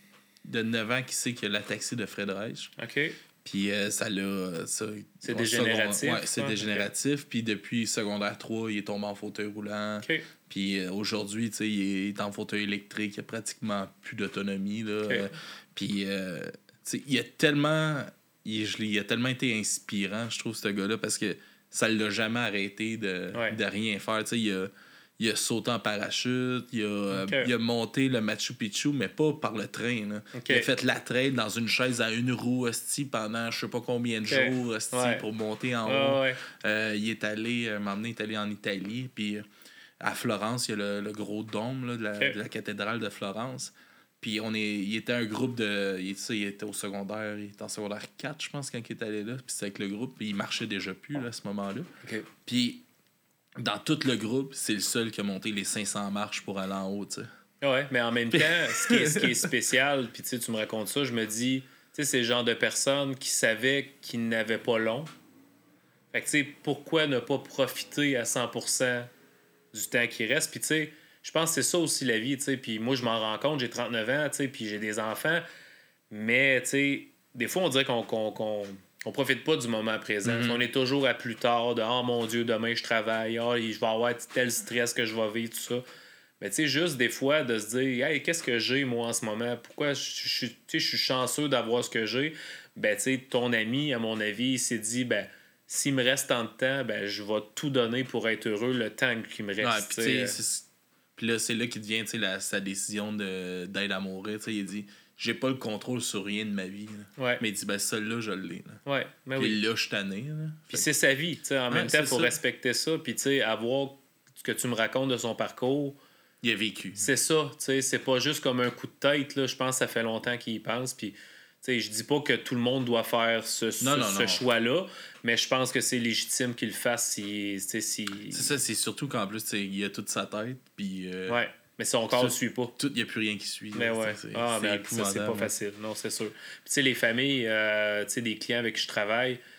de neuf ans qu'il sait qu'il a l'ataxie de Friedreich. OK. Puis euh, ça l'a... Ça, c'est dégénératif. Second... Ouais, c'est dégénératif. Okay. Puis depuis secondaire trois, il est tombé en fauteuil roulant. OK. Puis euh, aujourd'hui, tu sais, il est en fauteuil électrique. Il a pratiquement plus d'autonomie. Là. Okay. Euh, puis, euh, tu sais, il a tellement... Il, je, il a tellement été inspirant, je trouve, ce gars-là, parce que ça ne l'a jamais arrêté de, ouais. de rien faire. Tu sais, il, a, il a sauté en parachute, il a, okay. il a monté le Machu Picchu, mais pas par le train. Là. Okay. Il a fait la trail dans une chaise à une roue hostie, pendant je sais pas combien de okay. jours hostie, ouais. pour monter en haut. Ouais, ouais. Euh, il est allé, un moment donné, il est allé en Italie, puis à Florence, il y a le, le gros dôme là, de, la, okay. de la cathédrale de Florence. Puis on est, il était un groupe de... Il, il était au secondaire, il était en secondaire quatre, je pense, quand il est allé là. Puis c'était avec le groupe, puis il marchait déjà plus là, à ce moment-là. Okay. Puis dans tout le groupe, c'est le seul qui a monté les cinq cents marches pour aller en haut, tu sais. Ouais, mais en même temps, ce qui est, ce qui est spécial, puis tu sais, tu me racontes ça, je me dis, tu sais, c'est le genre de personnes qui savaient qu'ils n'avaient pas long. Fait que tu sais, pourquoi ne pas profiter à cent pour cent du temps qui reste? Puis tu sais, je pense que c'est ça aussi la vie, tu sais. Puis moi, je m'en rends compte, j'ai trente-neuf ans, tu sais, puis j'ai des enfants. Mais, tu sais, des fois, on dirait qu'on, qu'on, qu'on, on profite pas du moment présent. Mm-hmm. On est toujours à plus tard, de « Oh mon Dieu, demain, je travaille. Oh, je vais avoir tel stress que je vais vivre, tout ça. » Mais, tu sais, juste des fois, de se dire « Hey, qu'est-ce que j'ai, moi, en ce moment? Pourquoi je, je, je, je suis chanceux d'avoir ce que j'ai? » Ben, tu sais, ton ami, à mon avis, il s'est dit « Ben, s'il me reste tant de temps, ben, je vais tout donner pour être heureux le temps qu'il me reste. » Ouais, puis, c'est... Puis là, c'est là qu'il devient la, sa décision de, d'aide à mourir. T'sais, il dit j'ai pas le contrôle sur rien de ma vie. Ouais. Mais il dit ben, celle-là, je l'ai. Là. Ouais, mais puis oui. là, je suis tanné. Puis c'est sa vie. T'sais, en ouais, même temps, il faut ça. respecter ça. Puis avoir ce que tu me racontes de son parcours. Il a vécu. C'est ça. C'est pas juste comme un coup de tête. Là. Je pense que ça fait longtemps qu'il y pense. Puis. T'sais, je dis pas que tout le monde doit faire ce, non, ce, non, ce non. choix-là, mais je pense que c'est légitime qu'il le fasse si... si... C'est ça, c'est surtout qu'en plus, il a toute sa tête, puis... Euh, ouais, mais son corps ne suit pas. Il n'y a plus rien qui suit. Mais là, ouais, c'est, ah, c'est mais ça, c'est pas facile. Non, c'est sûr. Puis tu sais, les familles, euh, tu sais, des clients avec qui je travaille,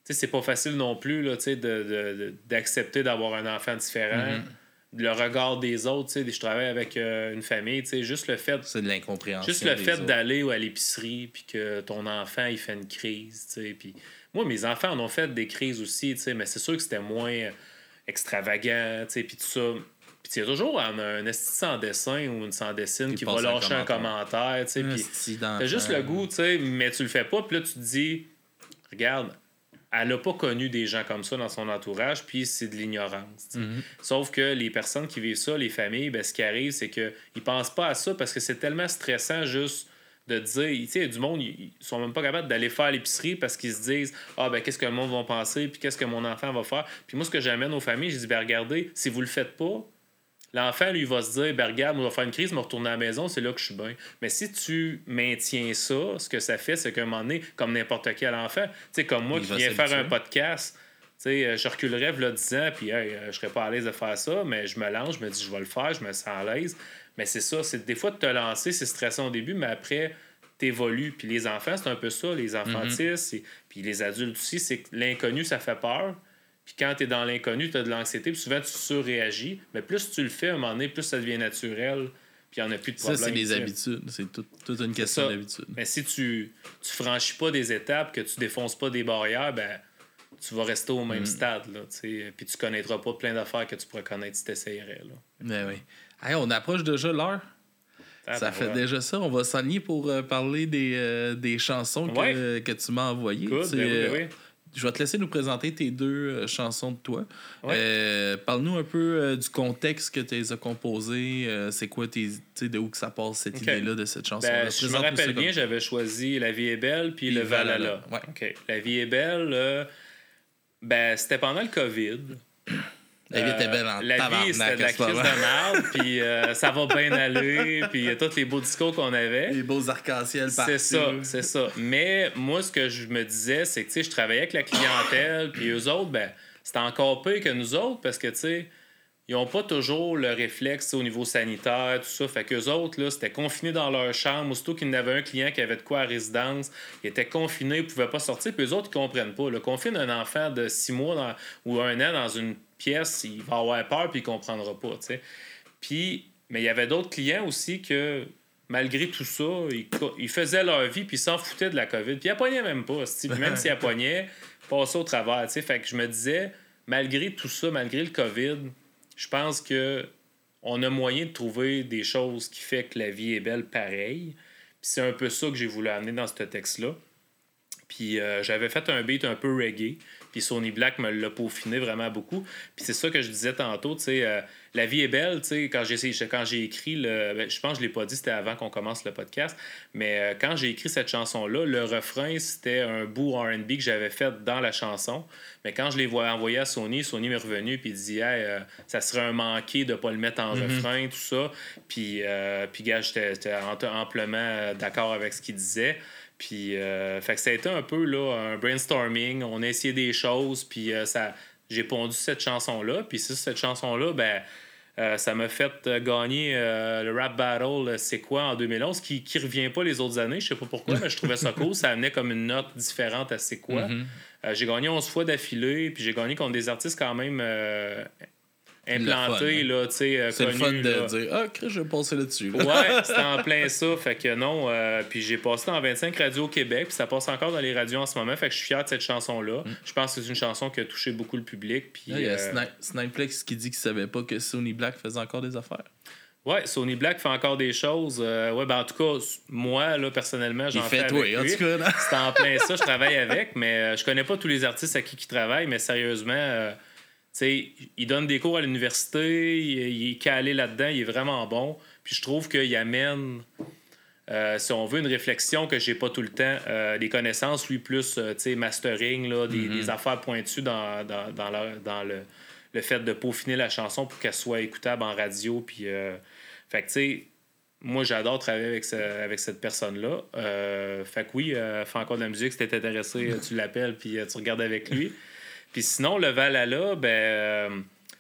sais, c'est pas facile non plus, là, tu sais, de, de, de, d'accepter d'avoir un enfant différent. Mm-hmm. Le regard des autres, tu sais, je travaille avec euh, une famille, tu sais, juste le fait... C'est de l'incompréhension. Juste le fait autres. D'aller à l'épicerie, puis que ton enfant, il fait une crise, tu sais, puis... Moi, mes enfants en ont fait des crises aussi, tu sais, mais c'est sûr que c'était moins extravagant, tu sais, puis tout ça. Puis il y a toujours un, un esti sans dessin ou une sans dessine qui va lâcher un commentaire, tu sais, puis t'as juste le goût, tu sais, mais tu le fais pas, puis là, tu te dis, regarde, elle n'a pas connu des gens comme ça dans son entourage, puis c'est de l'ignorance. Mm-hmm. Sauf que les personnes qui vivent ça, les familles, ben, ce qui arrive, c'est qu'ils ne pensent pas à ça parce que c'est tellement stressant juste de dire... Tu sais, il y a du monde, ils sont même pas capables d'aller faire l'épicerie parce qu'ils se disent « Ah, ben qu'est-ce que le monde va penser, puis qu'est-ce que mon enfant va faire? » Puis moi, ce que j'amène aux familles, je dis « Ben regardez, si vous le faites pas, l'enfant, lui, va se dire, ben regarde, on va faire une crise, me retourner à la maison, c'est là que je suis bien. » Mais si tu maintiens ça, ce que ça fait, c'est qu'à un moment donné, comme n'importe quel enfant, tu sais, comme moi il qui viens faire un podcast, tu sais, je reculerais là dix ans, puis hey, je serais pas à l'aise de faire ça, mais je me lance, je me dis, je vais le faire, je me sens à l'aise. Mais c'est ça, c'est des fois de te lancer, c'est stressant au début, mais après, t'évolues. Puis les enfants, c'est un peu ça, les enfantistes, mm-hmm. puis les adultes aussi, c'est que l'inconnu, ça fait peur. Puis quand tu es dans l'inconnu, tu as de l'anxiété, puis souvent tu surréagis. Mais plus tu le fais, à un moment donné, plus ça devient naturel, puis il n'y en a plus de problème. Ça, c'est les habitudes. C'est toute tout une question d'habitude. Mais si tu ne franchis pas des étapes, que tu défonces pas des barrières, ben tu vas rester au même mm. stade. Là, puis tu connaîtras pas plein d'affaires que tu pourrais connaître si tu essayerais. Là. Ben oui. Hey, on approche déjà l'heure. Ah, ça ben fait ouais. déjà ça. On va s'aligner pour euh, parler des, euh, des chansons que, ouais. euh, que tu m'as envoyées. Cool, ben oui, ben oui. Je vais te laisser nous présenter tes deux euh, chansons de toi. Ouais. Euh, parle-nous un peu euh, du contexte que tu les as composées. Euh, c'est quoi tes, de où que ça passe cette okay. idée-là de cette chanson-là? Ben, si je me rappelle bien, comme... j'avais choisi La vie est belle puis, puis Le Valhalla. Ouais. Okay. La vie est belle, euh, ben, c'était pendant le COVID. La vie était belle en La vie, c'était de la crise de merde, puis euh, ça va bien aller, puis tous les beaux discours qu'on avait. Les beaux arcs-en-ciel partout. C'est ça, c'est ça. Mais moi, ce que je me disais, c'est que, tu sais, je travaillais avec la clientèle, puis eux autres, ben, c'était encore pire que nous autres, parce que, tu sais, ils n'ont pas toujours le réflexe au niveau sanitaire, tout ça. Fait qu'eux autres, là, c'était confinés dans leur chambre. Aussitôt qu'il y avait un client qui avait de quoi à résidence, il était confiné, il ne pouvait pas sortir, puis eux autres, ils ne comprennent pas. Le confine un enfant de six mois dans, ou un an dans une pièce, il va avoir peur puis il comprendra pas, tu sais. Puis, mais il y avait d'autres clients aussi que, malgré tout ça, ils, ils faisaient leur vie puis ils s'en foutaient de la COVID. Puis ils appognaient même pas, même s'ils appognaient, ils passaient au travers, tu sais. Fait que je me disais, malgré tout ça, malgré le COVID, je pense que on a moyen de trouver des choses qui fait que la vie est belle pareil. Puis c'est un peu ça que j'ai voulu amener dans ce texte-là. Puis euh, j'avais fait un beat un peu reggae. Puis Sonny Black me l'a peaufiné vraiment beaucoup. Puis c'est ça que je disais tantôt, tu sais, euh, la vie est belle, tu sais, quand j'ai, quand j'ai écrit, le, ben, je pense que je ne l'ai pas dit, c'était avant qu'on commence le podcast, mais euh, quand j'ai écrit cette chanson-là, le refrain, c'était un bout R and B que j'avais fait dans la chanson. Mais quand je l'ai envoyé à Sonny, Sonny m'est revenu puis il dit hey, euh, ça serait un manqué de ne pas le mettre en mm-hmm. refrain, tout ça. Puis, euh, puis gars, j'étais, j'étais amplement d'accord avec ce qu'il disait. Puis, euh, fait que ça a été un peu là, un brainstorming. On a essayé des choses, puis euh, ça, j'ai pondu cette chanson-là. Puis, sur cette chanson-là, ben, euh, ça m'a fait gagner euh, le Rap Battle C'est quoi en deux mille onze, qui ne revient pas les autres années. Je sais pas pourquoi, mais je trouvais ça cool. Ça amenait comme une note différente à C'est quoi. Mm-hmm. Euh, j'ai gagné onze fois d'affilée, puis j'ai gagné contre des artistes quand même. Euh, implanté, là, tu sais, c'est connu. C'est le fun là. de dire « Ah, Chris, je vais passer là-dessus. » Ouais, c'était en plein ça. Fait que non, euh, puis j'ai passé dans vingt-cinq radios au Québec, puis ça passe encore dans les radios en ce moment. Fait que je suis fier de cette chanson-là. Mm. Je pense que c'est une chanson qui a touché beaucoup le public. Puis, il y a euh... Sni- Snipeflex qui dit qu'il savait pas que Sonny Black faisait encore des affaires. Ouais, Sonny Black fait encore des choses. Euh, ouais, ben en tout cas, moi, là, personnellement, j'en il fais fait avec oui, lui. En tout cas, là. C'est en plein ça, je travaille avec, mais euh, je connais pas tous les artistes à qui il travaille, mais sérieusement... Euh, T'sais, il donne des cours à l'université, il, il est calé là-dedans, il est vraiment bon. Puis je trouve qu'il amène, euh, si on veut, une réflexion que j'ai pas tout le temps. Euh, des connaissances, lui, plus euh, mastering, là, des, mm-hmm. des affaires pointues dans, dans, dans, la, dans le, le fait de peaufiner la chanson pour qu'elle soit écoutable en radio. Puis, euh, fait que, tu sais, moi, j'adore travailler avec, ce, avec cette personne-là. Euh, fait que oui, euh, fais encore de la musique, si t'es intéressé, tu l'appelles puis tu regardes avec lui. Puis sinon, le Valhalla, ben, euh,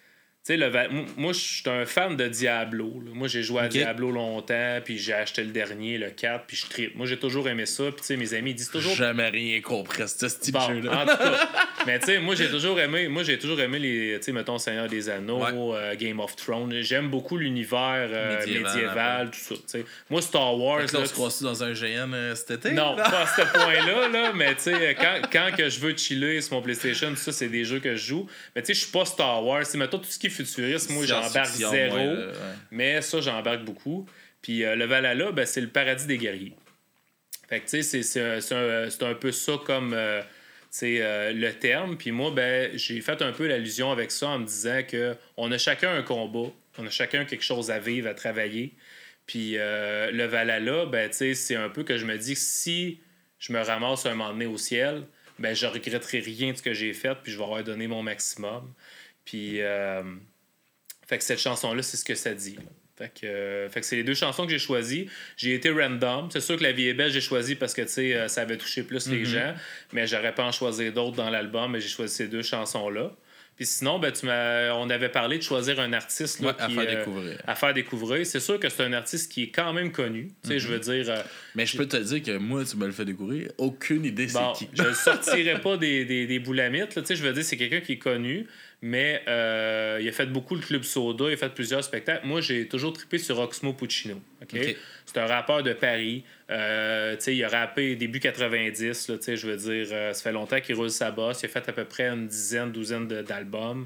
sais, le va- moi, je suis un fan de Diablo. Là. Moi, j'ai joué à Okay. Diablo longtemps, puis j'ai acheté le dernier, le quatre, puis je tripe. Moi, j'ai toujours aimé ça. Puis, tu sais, mes amis ils disent toujours. Jamais rien compris à ce type Bon, de jeu-là. en tout cas. Mais, tu sais, moi, j'ai toujours aimé, moi, j'ai toujours aimé les, tu sais, mettons, Seigneur des Anneaux, Ouais. euh, Game of Thrones. J'aime beaucoup l'univers euh, Médiéval, médiéval, tout ça. Tu sais. Moi, Star Wars. Fait que là, on là, se croise dans un G M euh, cet été? Non, là? pas à ce point-là, là, mais tu sais, quand, quand que je veux chiller sur mon PlayStation, tout ça, c'est des jeux que je joue. Mais tu sais, je suis pas Star Wars. C'est mettons tout ce qui est futuriste, moi, j'embarque Science-fiction, zéro. ouais, euh, ouais. Mais ça, j'embarque beaucoup. Puis euh, le Valhalla, ben, c'est le paradis des guerriers. Fait que tu sais, c'est, c'est, un, c'est, un, c'est un peu ça comme euh, tu sais, euh, le terme. Puis moi, ben, j'ai fait un peu l'allusion avec ça en me disant qu'on a chacun un combat, on a chacun quelque chose à vivre, à travailler. Puis euh, le Valhalla, ben, tu sais, c'est un peu que je me dis que si je me ramasse un moment donné au ciel, ben, je regretterai rien de ce que j'ai fait, puis je vais avoir donné mon maximum. Puis, euh, fait que cette chanson-là, c'est ce que ça dit. Là. Fait que, euh, fait que c'est les deux chansons que j'ai choisies. J'ai été random. C'est sûr que La vie est belle, j'ai choisi parce que tu sais, euh, ça avait touché plus les Mhm. gens, mais j'aurais pas en choisir d'autres dans l'album, mais j'ai choisi ces deux chansons-là. Puis sinon, ben, tu m'as... on avait parlé de choisir un artiste là, Ouais, à qui, faire euh, découvrir. à faire découvrir. C'est sûr que c'est un artiste qui est quand même connu. Tu sais, je veux dire... euh, Mais je peux te dire que moi, tu me le fais découvrir. Aucune idée Bon, c'est qui. je ne sortirai pas des, des, des boulamites. Là. Tu sais, je veux dire, c'est quelqu'un qui est connu, mais euh, il a fait beaucoup le Club Soda, il a fait plusieurs spectacles. Moi, j'ai toujours trippé sur Oxmo Puccino. OK? OK. C'est un rappeur de Paris. Euh, tu sais, il a rappé début quatre-vingt-dix. Là, tu sais, je veux dire, euh, ça fait longtemps qu'il roule sa bosse. Il a fait à peu près une dizaine, douzaine de- d'albums.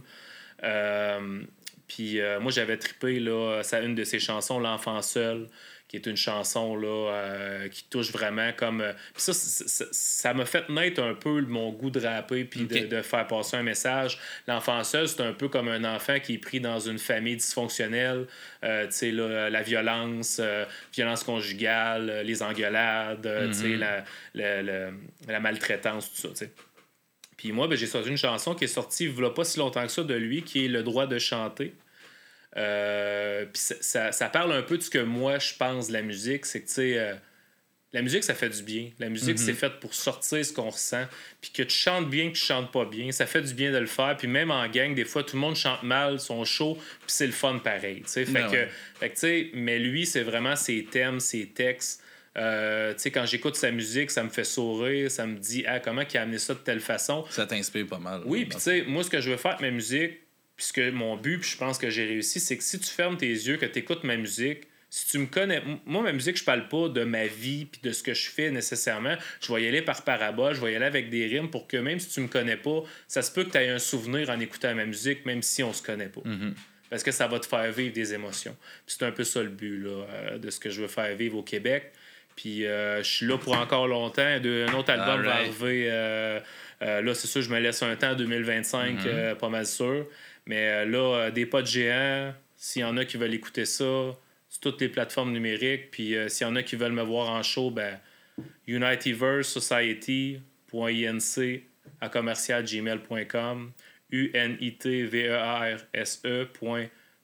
Euh, Puis euh, moi, j'avais trippé là, sa, une de ses chansons, L'Enfant Seul, qui est une chanson là, euh, qui touche vraiment comme. euh, Puis ça, c- c- ça m'a fait naître un peu mon goût de rapper puis Ok. de, de faire passer un message. L'enfant seul, c'est un peu comme un enfant qui est pris dans une famille dysfonctionnelle. Euh, tu sais, là, la violence, euh, violence conjugale, euh, les engueulades, euh, tu sais, Mhm. la, la, la, la maltraitance, tout ça, tu sais. Puis moi, ben, j'ai sorti une chanson qui est sortie il n'y a pas si longtemps que ça de lui, qui est Le droit de chanter. Euh, puis ça, ça, ça parle un peu de ce que moi je pense de la musique. C'est que, tu sais, euh, la musique, ça fait du bien. La musique, Mhm. c'est fait pour sortir ce qu'on ressent. Puis que tu chantes bien, que tu chantes pas bien, ça fait du bien de le faire. Puis même en gang, des fois, tout le monde chante mal, sont chauds, puis c'est le fun pareil. tu sais. Fait Ben que, ouais. fait que, tu sais, mais lui, c'est vraiment ses thèmes, ses textes. Euh, tu sais, quand j'écoute sa musique, ça me fait sourire, ça me dit ah, comment il a amené ça de telle façon. Ça t'inspire pas mal. Oui, là, puis dans tu sais, moi, ce que je veux faire avec ma musique, puisque mon but, puis je pense que j'ai réussi, c'est que si tu fermes tes yeux, que tu écoutes ma musique, si tu me connais, m- moi, ma musique, je parle pas de ma vie puis de ce que je fais nécessairement. Je vais y aller par parabole, je vais y aller avec des rimes pour que même si tu me connais pas, ça se peut que tu aies un souvenir en écoutant ma musique, même si on se connaît pas. Mhm. Parce que ça va te faire vivre des émotions. Puis c'est un peu ça le but là, euh, de ce que je veux faire vivre au Québec. Puis euh, je suis là pour encore longtemps. De- un autre album va Alright. arriver. euh, euh, là, c'est sûr, je me laisse un temps, deux mille vingt-cinq, Mhm. euh, pas mal sûr. Mais euh, là, euh, des potes géants, s'il y en a qui veulent écouter ça, sur toutes les plateformes numériques. Puis euh, s'il y en a qui veulent me voir en show, ben, Unityverse Society point I N C à commercial gmail point com. U N I T V E R S E point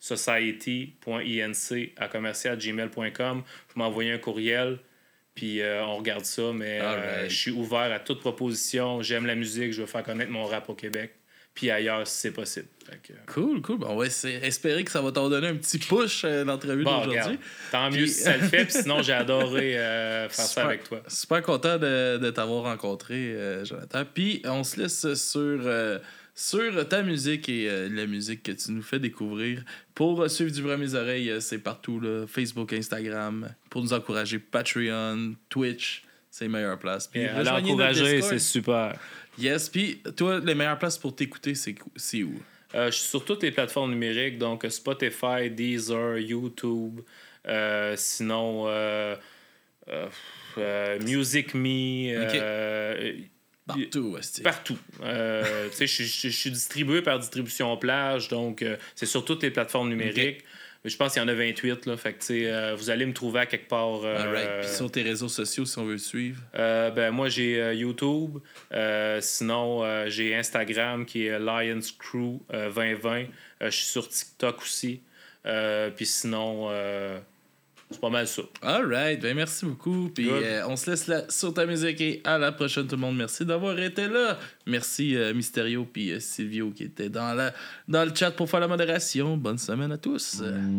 society point I N C à commercial gmail point com. Vous m'envoyez un courriel, puis euh, on regarde ça. Mais euh, Alright. je suis ouvert à toute proposition. J'aime la musique, je veux faire connaître mon rap au Québec, puis ailleurs si c'est possible. Fait que, euh, Cool, cool. Bon, on va essayer- espérer que ça va t'en donner un petit push euh, l'entrevue Bon, d'aujourd'hui. regarde, tant mieux Puis- si ça le fait, puis sinon j'ai adoré euh, faire ça Super. avec toi. Super content de, de t'avoir rencontré, euh, Jonathan. Puis on se laisse sur, euh, sur ta musique et euh, la musique que tu nous fais découvrir. Pour euh, suivre du vrai mes oreilles, euh, c'est partout, là, Facebook, Instagram. Pour nous encourager, Patreon, Twitch, c'est les meilleures places. Puis Yeah, rejoignez notre l'encourager, Discord. c'est super. Yes, puis toi, les meilleures places pour t'écouter, c'est, c'est où? Euh, je suis sur toutes les plateformes numériques, donc Spotify, Deezer, YouTube. Euh, sinon, euh, euh, euh, Music Me. Ok. euh, Partout, hostie. Partout. Euh, tu sais, je, je- je suis distribué par Distribution Plage, donc euh, c'est sur toutes les plateformes numériques. Mais je pense qu'il y en a vingt-huit, là. Fait que, tu sais, euh, vous allez me trouver à quelque part. euh, Alright. Puis sur tes réseaux sociaux, si on veut te suivre. euh, ben, moi, j'ai euh, YouTube. Euh, sinon, euh, j'ai Instagram qui est Lions Crew euh, vingt vingt. Euh, je suis sur TikTok aussi. Euh, Puis sinon, euh, C'est pas mal ça. Alright, ben merci beaucoup. Puis euh, on se laisse là sur ta musique et à la prochaine tout le monde. Merci d'avoir été là. Merci euh, Mysterio puis euh, Silvio qui étaient dans, la, dans le chat pour faire la modération. Bonne semaine à tous.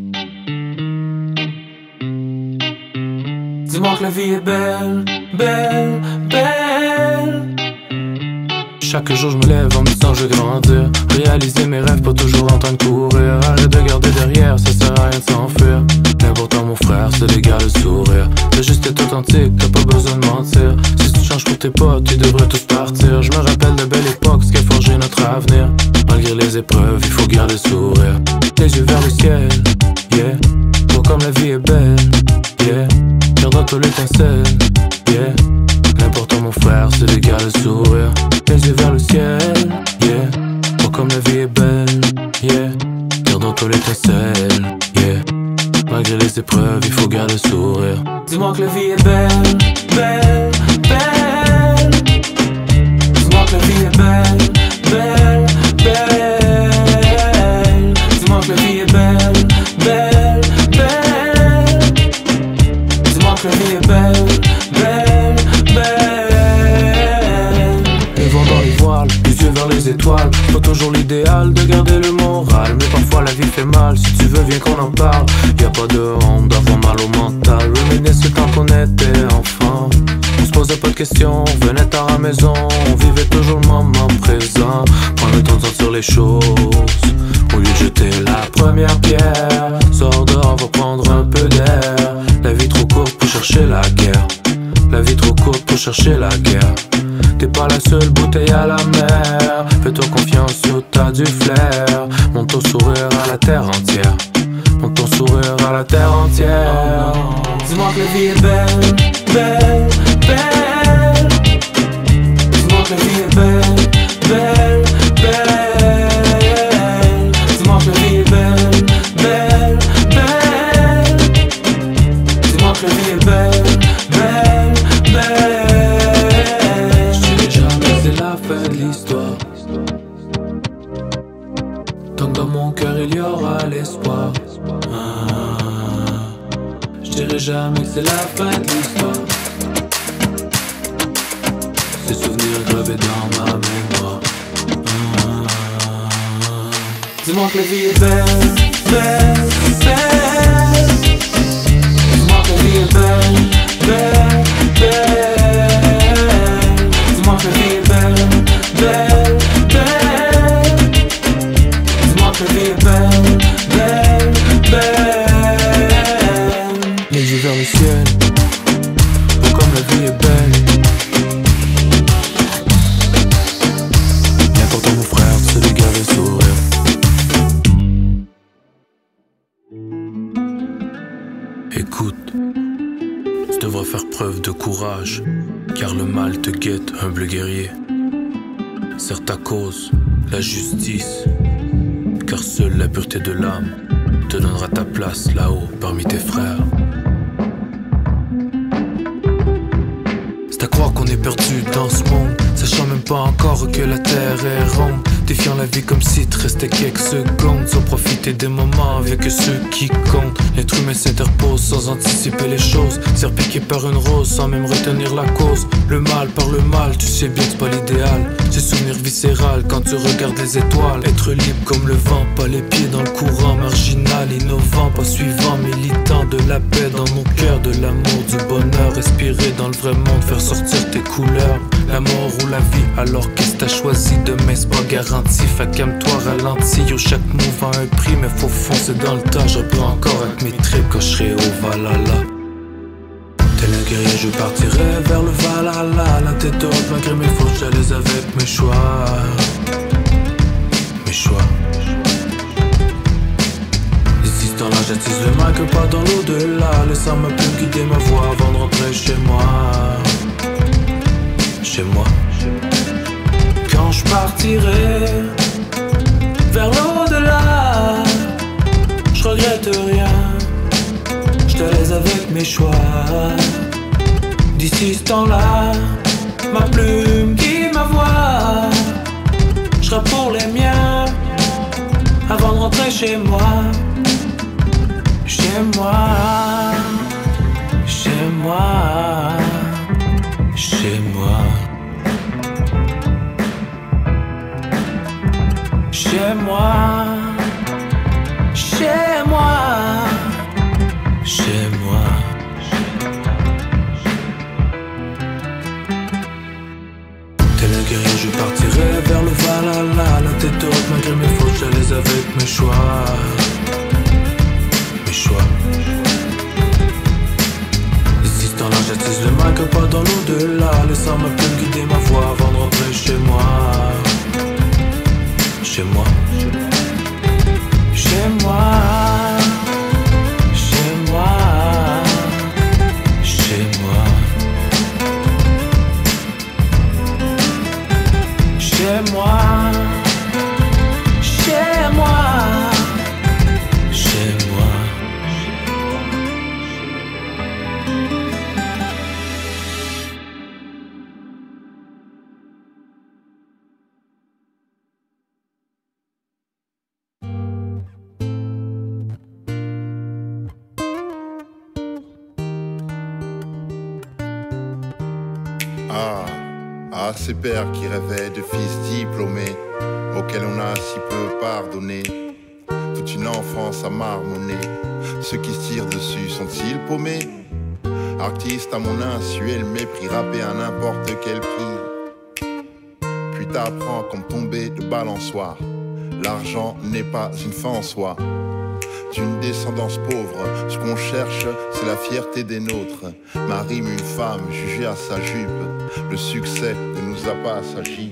Dis-moi que la vie est belle, belle, belle. Chaque jour je me lève en me disant je vais grandir, réaliser mes rêves, pas toujours en train de courir. Arrête de garder derrière, ça sert à rien de s'enfuir. L'important mon frère, c'est les gars le sourire. T'as juste être authentique, t'as pas besoin de mentir. Si tu changes pour tes potes, tu devrais tous partir. Je me rappelle de belle époque, ce qui a forgé notre avenir. Malgré les épreuves, il faut garder le sourire. Les yeux vers le ciel, yeah. Toi comme la vie est belle, yeah. Garde-toi l'étincelle, yeah. L'important mon frère, c'est les gars le sourire. Les yeux vers le ciel, yeah. Toi comme la vie est belle, yeah. Garde-toi l'étincelle, yeah. Malgré les épreuves, il faut garder le sourire. Dis-moi que la vie est belle, belle, belle. Dis-moi que la vie est belle, belle, belle. Dis-moi que la vie est belle, belle, belle. Dis-moi que la vie est belle, belle, belle. Ils vont dans les voiles, les yeux vers les étoiles. Pas toujours l'idéal de garder le moral, mais parfois la vie fait mal. Si tu veux, viens qu'on en parle. Y'a pas de honte d'avoir mal au mental. Reminisce quand on était enfant. On se posait pas de questions, on venait tard à la maison. On vivait toujours le moment présent. Prends le temps de sentir les choses au lieu de jeter la première pierre. Sors dehors, va prendre un peu d'air. La vie trop courte pour chercher la guerre. La vie trop courte pour chercher la guerre. T'es pas la seule bouteille à la mer. Fais-toi confiance, yo, t'as du flair. Monte ton sourire à la terre entière. Monte ton sourire à la terre entière. Oh, dis-moi que la vie est belle, belle, belle. Dis-moi que la vie est belle, belle, belle. Dis-moi que la vie est belle, belle, belle. Dis-moi que la vie est belle, belle, belle. Je dirais jamais c'est la fin de l'histoire. Tant que dans mon cœur il y aura l'espoir. Ah, je dirais jamais que c'est la fin de l'histoire. Ces souvenirs gravés dans ma mémoire. Ah, dis-moi que la vie est belle, belle, belle. Dis-moi que la vie est belle, belle, belle. Dis-moi que la vie est belle, belle, belle. Dis-moi que la vie est belle, belle, belle. Les yeux vers le ciel, oh comme la vie est belle. L'important mon frère, c'est de garder le sourire. Écoute, tu devras faire preuve de courage, car le mal te guette, humble guerrier. Serre ta cause, la justice, car seule la pureté de l'âme te donnera ta place là-haut parmi tes frères. C'est à croire qu'on est perdu dans ce monde, sachant même pas encore que la terre est ronde. Défiant la vie comme si te restait quelques secondes, sans profiter des moments avec ceux qui comptent. L'être humain s'interpose sans anticiper les choses, se faire piquer par une rose sans même retenir la cause. Le mal par le mal, tu sais bien que c'est pas l'idéal. C'est souvenir viscéral quand tu regardes les étoiles. Être libre comme le vent, pas les pieds dans le courant. Marginal, innovant, pas suivant, militant de la paix dans nos cœurs, de l'amour, du bonheur. Respirer dans le vrai monde, faire sortir tes couleurs. La mort ou la vie, alors qu'est-ce que t'as choisi? Demain c'est pas garanti, fait calme-toi, ralentis. Yo, chaque move a un prix, mais faut foncer dans le tas. Je reprends encore avec mes tripes quand je serai au Valhalla. Tel un guerrier, je partirai vers le Valhalla. La tête haute, malgré mes fautes, j'allais avec mes choix. Mes choix. D'ici ce temps-là, j'attise le mic, pas dans l'au-delà. Laissant ma plume guider ma voix avant de rentrer chez moi. Chez moi. Quand je partirai vers l'au-delà, je regrette rien, je te laisse avec mes choix. D'ici ce temps-là, ma plume guide ma voix. Je serai pour les miens avant de rentrer chez moi. Chez moi. chez moi. Chez moi, chez moi, chez moi. Tel un guerrier, je partirai vers le Valhalla. La tête haute malgré mes fautes, j'allais avec mes choix. Mes choix. Ici dans là, j'attise le mic, pas dans l'au-delà. Laissant ma plume guider ma voix avant de rentrer chez moi. Chez moi, chez moi, chez moi, chez moi, chez moi, chez moi, chez moi. Ah, ah, ces pères qui rêvaient de fils diplômés, auxquels on a si peu pardonné. Toute une enfance à marmonner, ceux qui se tirent dessus sont-ils paumés? Artiste à mon insu et le mépris, rappé à n'importe quel prix. Puis t'apprends comme tomber de balançoire, l'argent n'est pas une fin en soi. D'une descendance pauvre, ce qu'on cherche, c'est la fierté des nôtres. Ma rime, une femme jugée à sa jupe, le succès ne nous a pas assagi.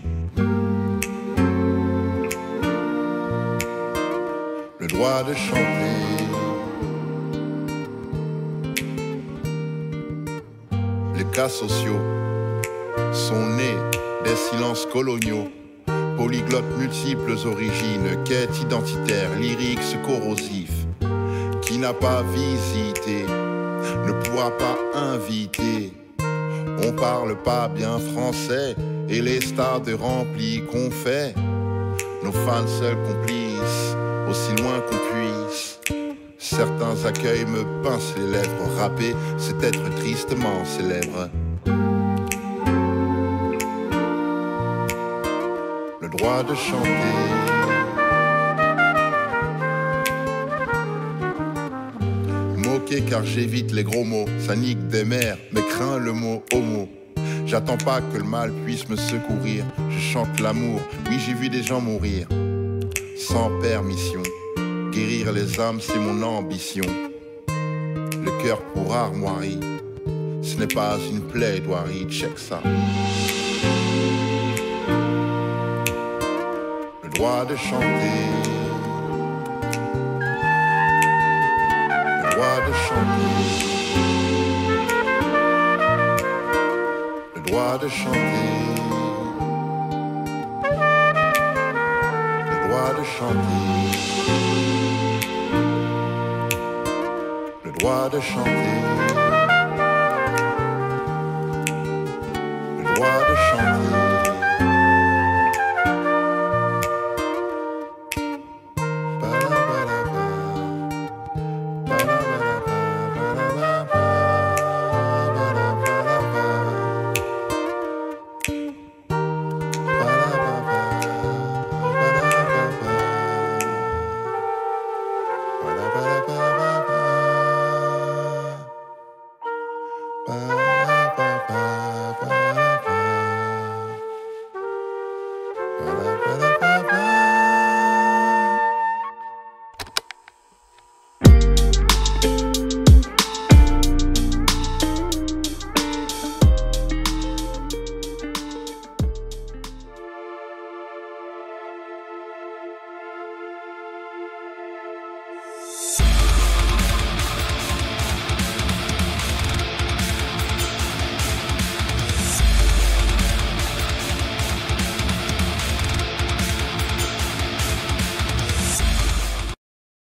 Le droit de chanter, les cas sociaux sont nés des silences coloniaux. Polyglottes, multiples origines, quête identitaire, lyrics corrosif. Qui n'a pas visité ne pourra pas inviter. On parle pas bien français et les stades remplis qu'on fait. Nos fans seuls complices, aussi loin qu'on puisse. Certains accueils me pincent les lèvres. Rapper, c'est être tristement célèbre. Le droit de chanter, car j'évite les gros mots, ça nique des mères, mais crains le mot homo. J'attends pas que le mal puisse me secourir, je chante l'amour, oui j'ai vu des gens mourir sans permission. Guérir les âmes c'est mon ambition. Le cœur pour armoirie, ce n'est pas une plaidoirie, check ça. Le droit de chanter, le droit de chanter, le droit de chanter, le droit de chanter, le droit de chanter, le droit de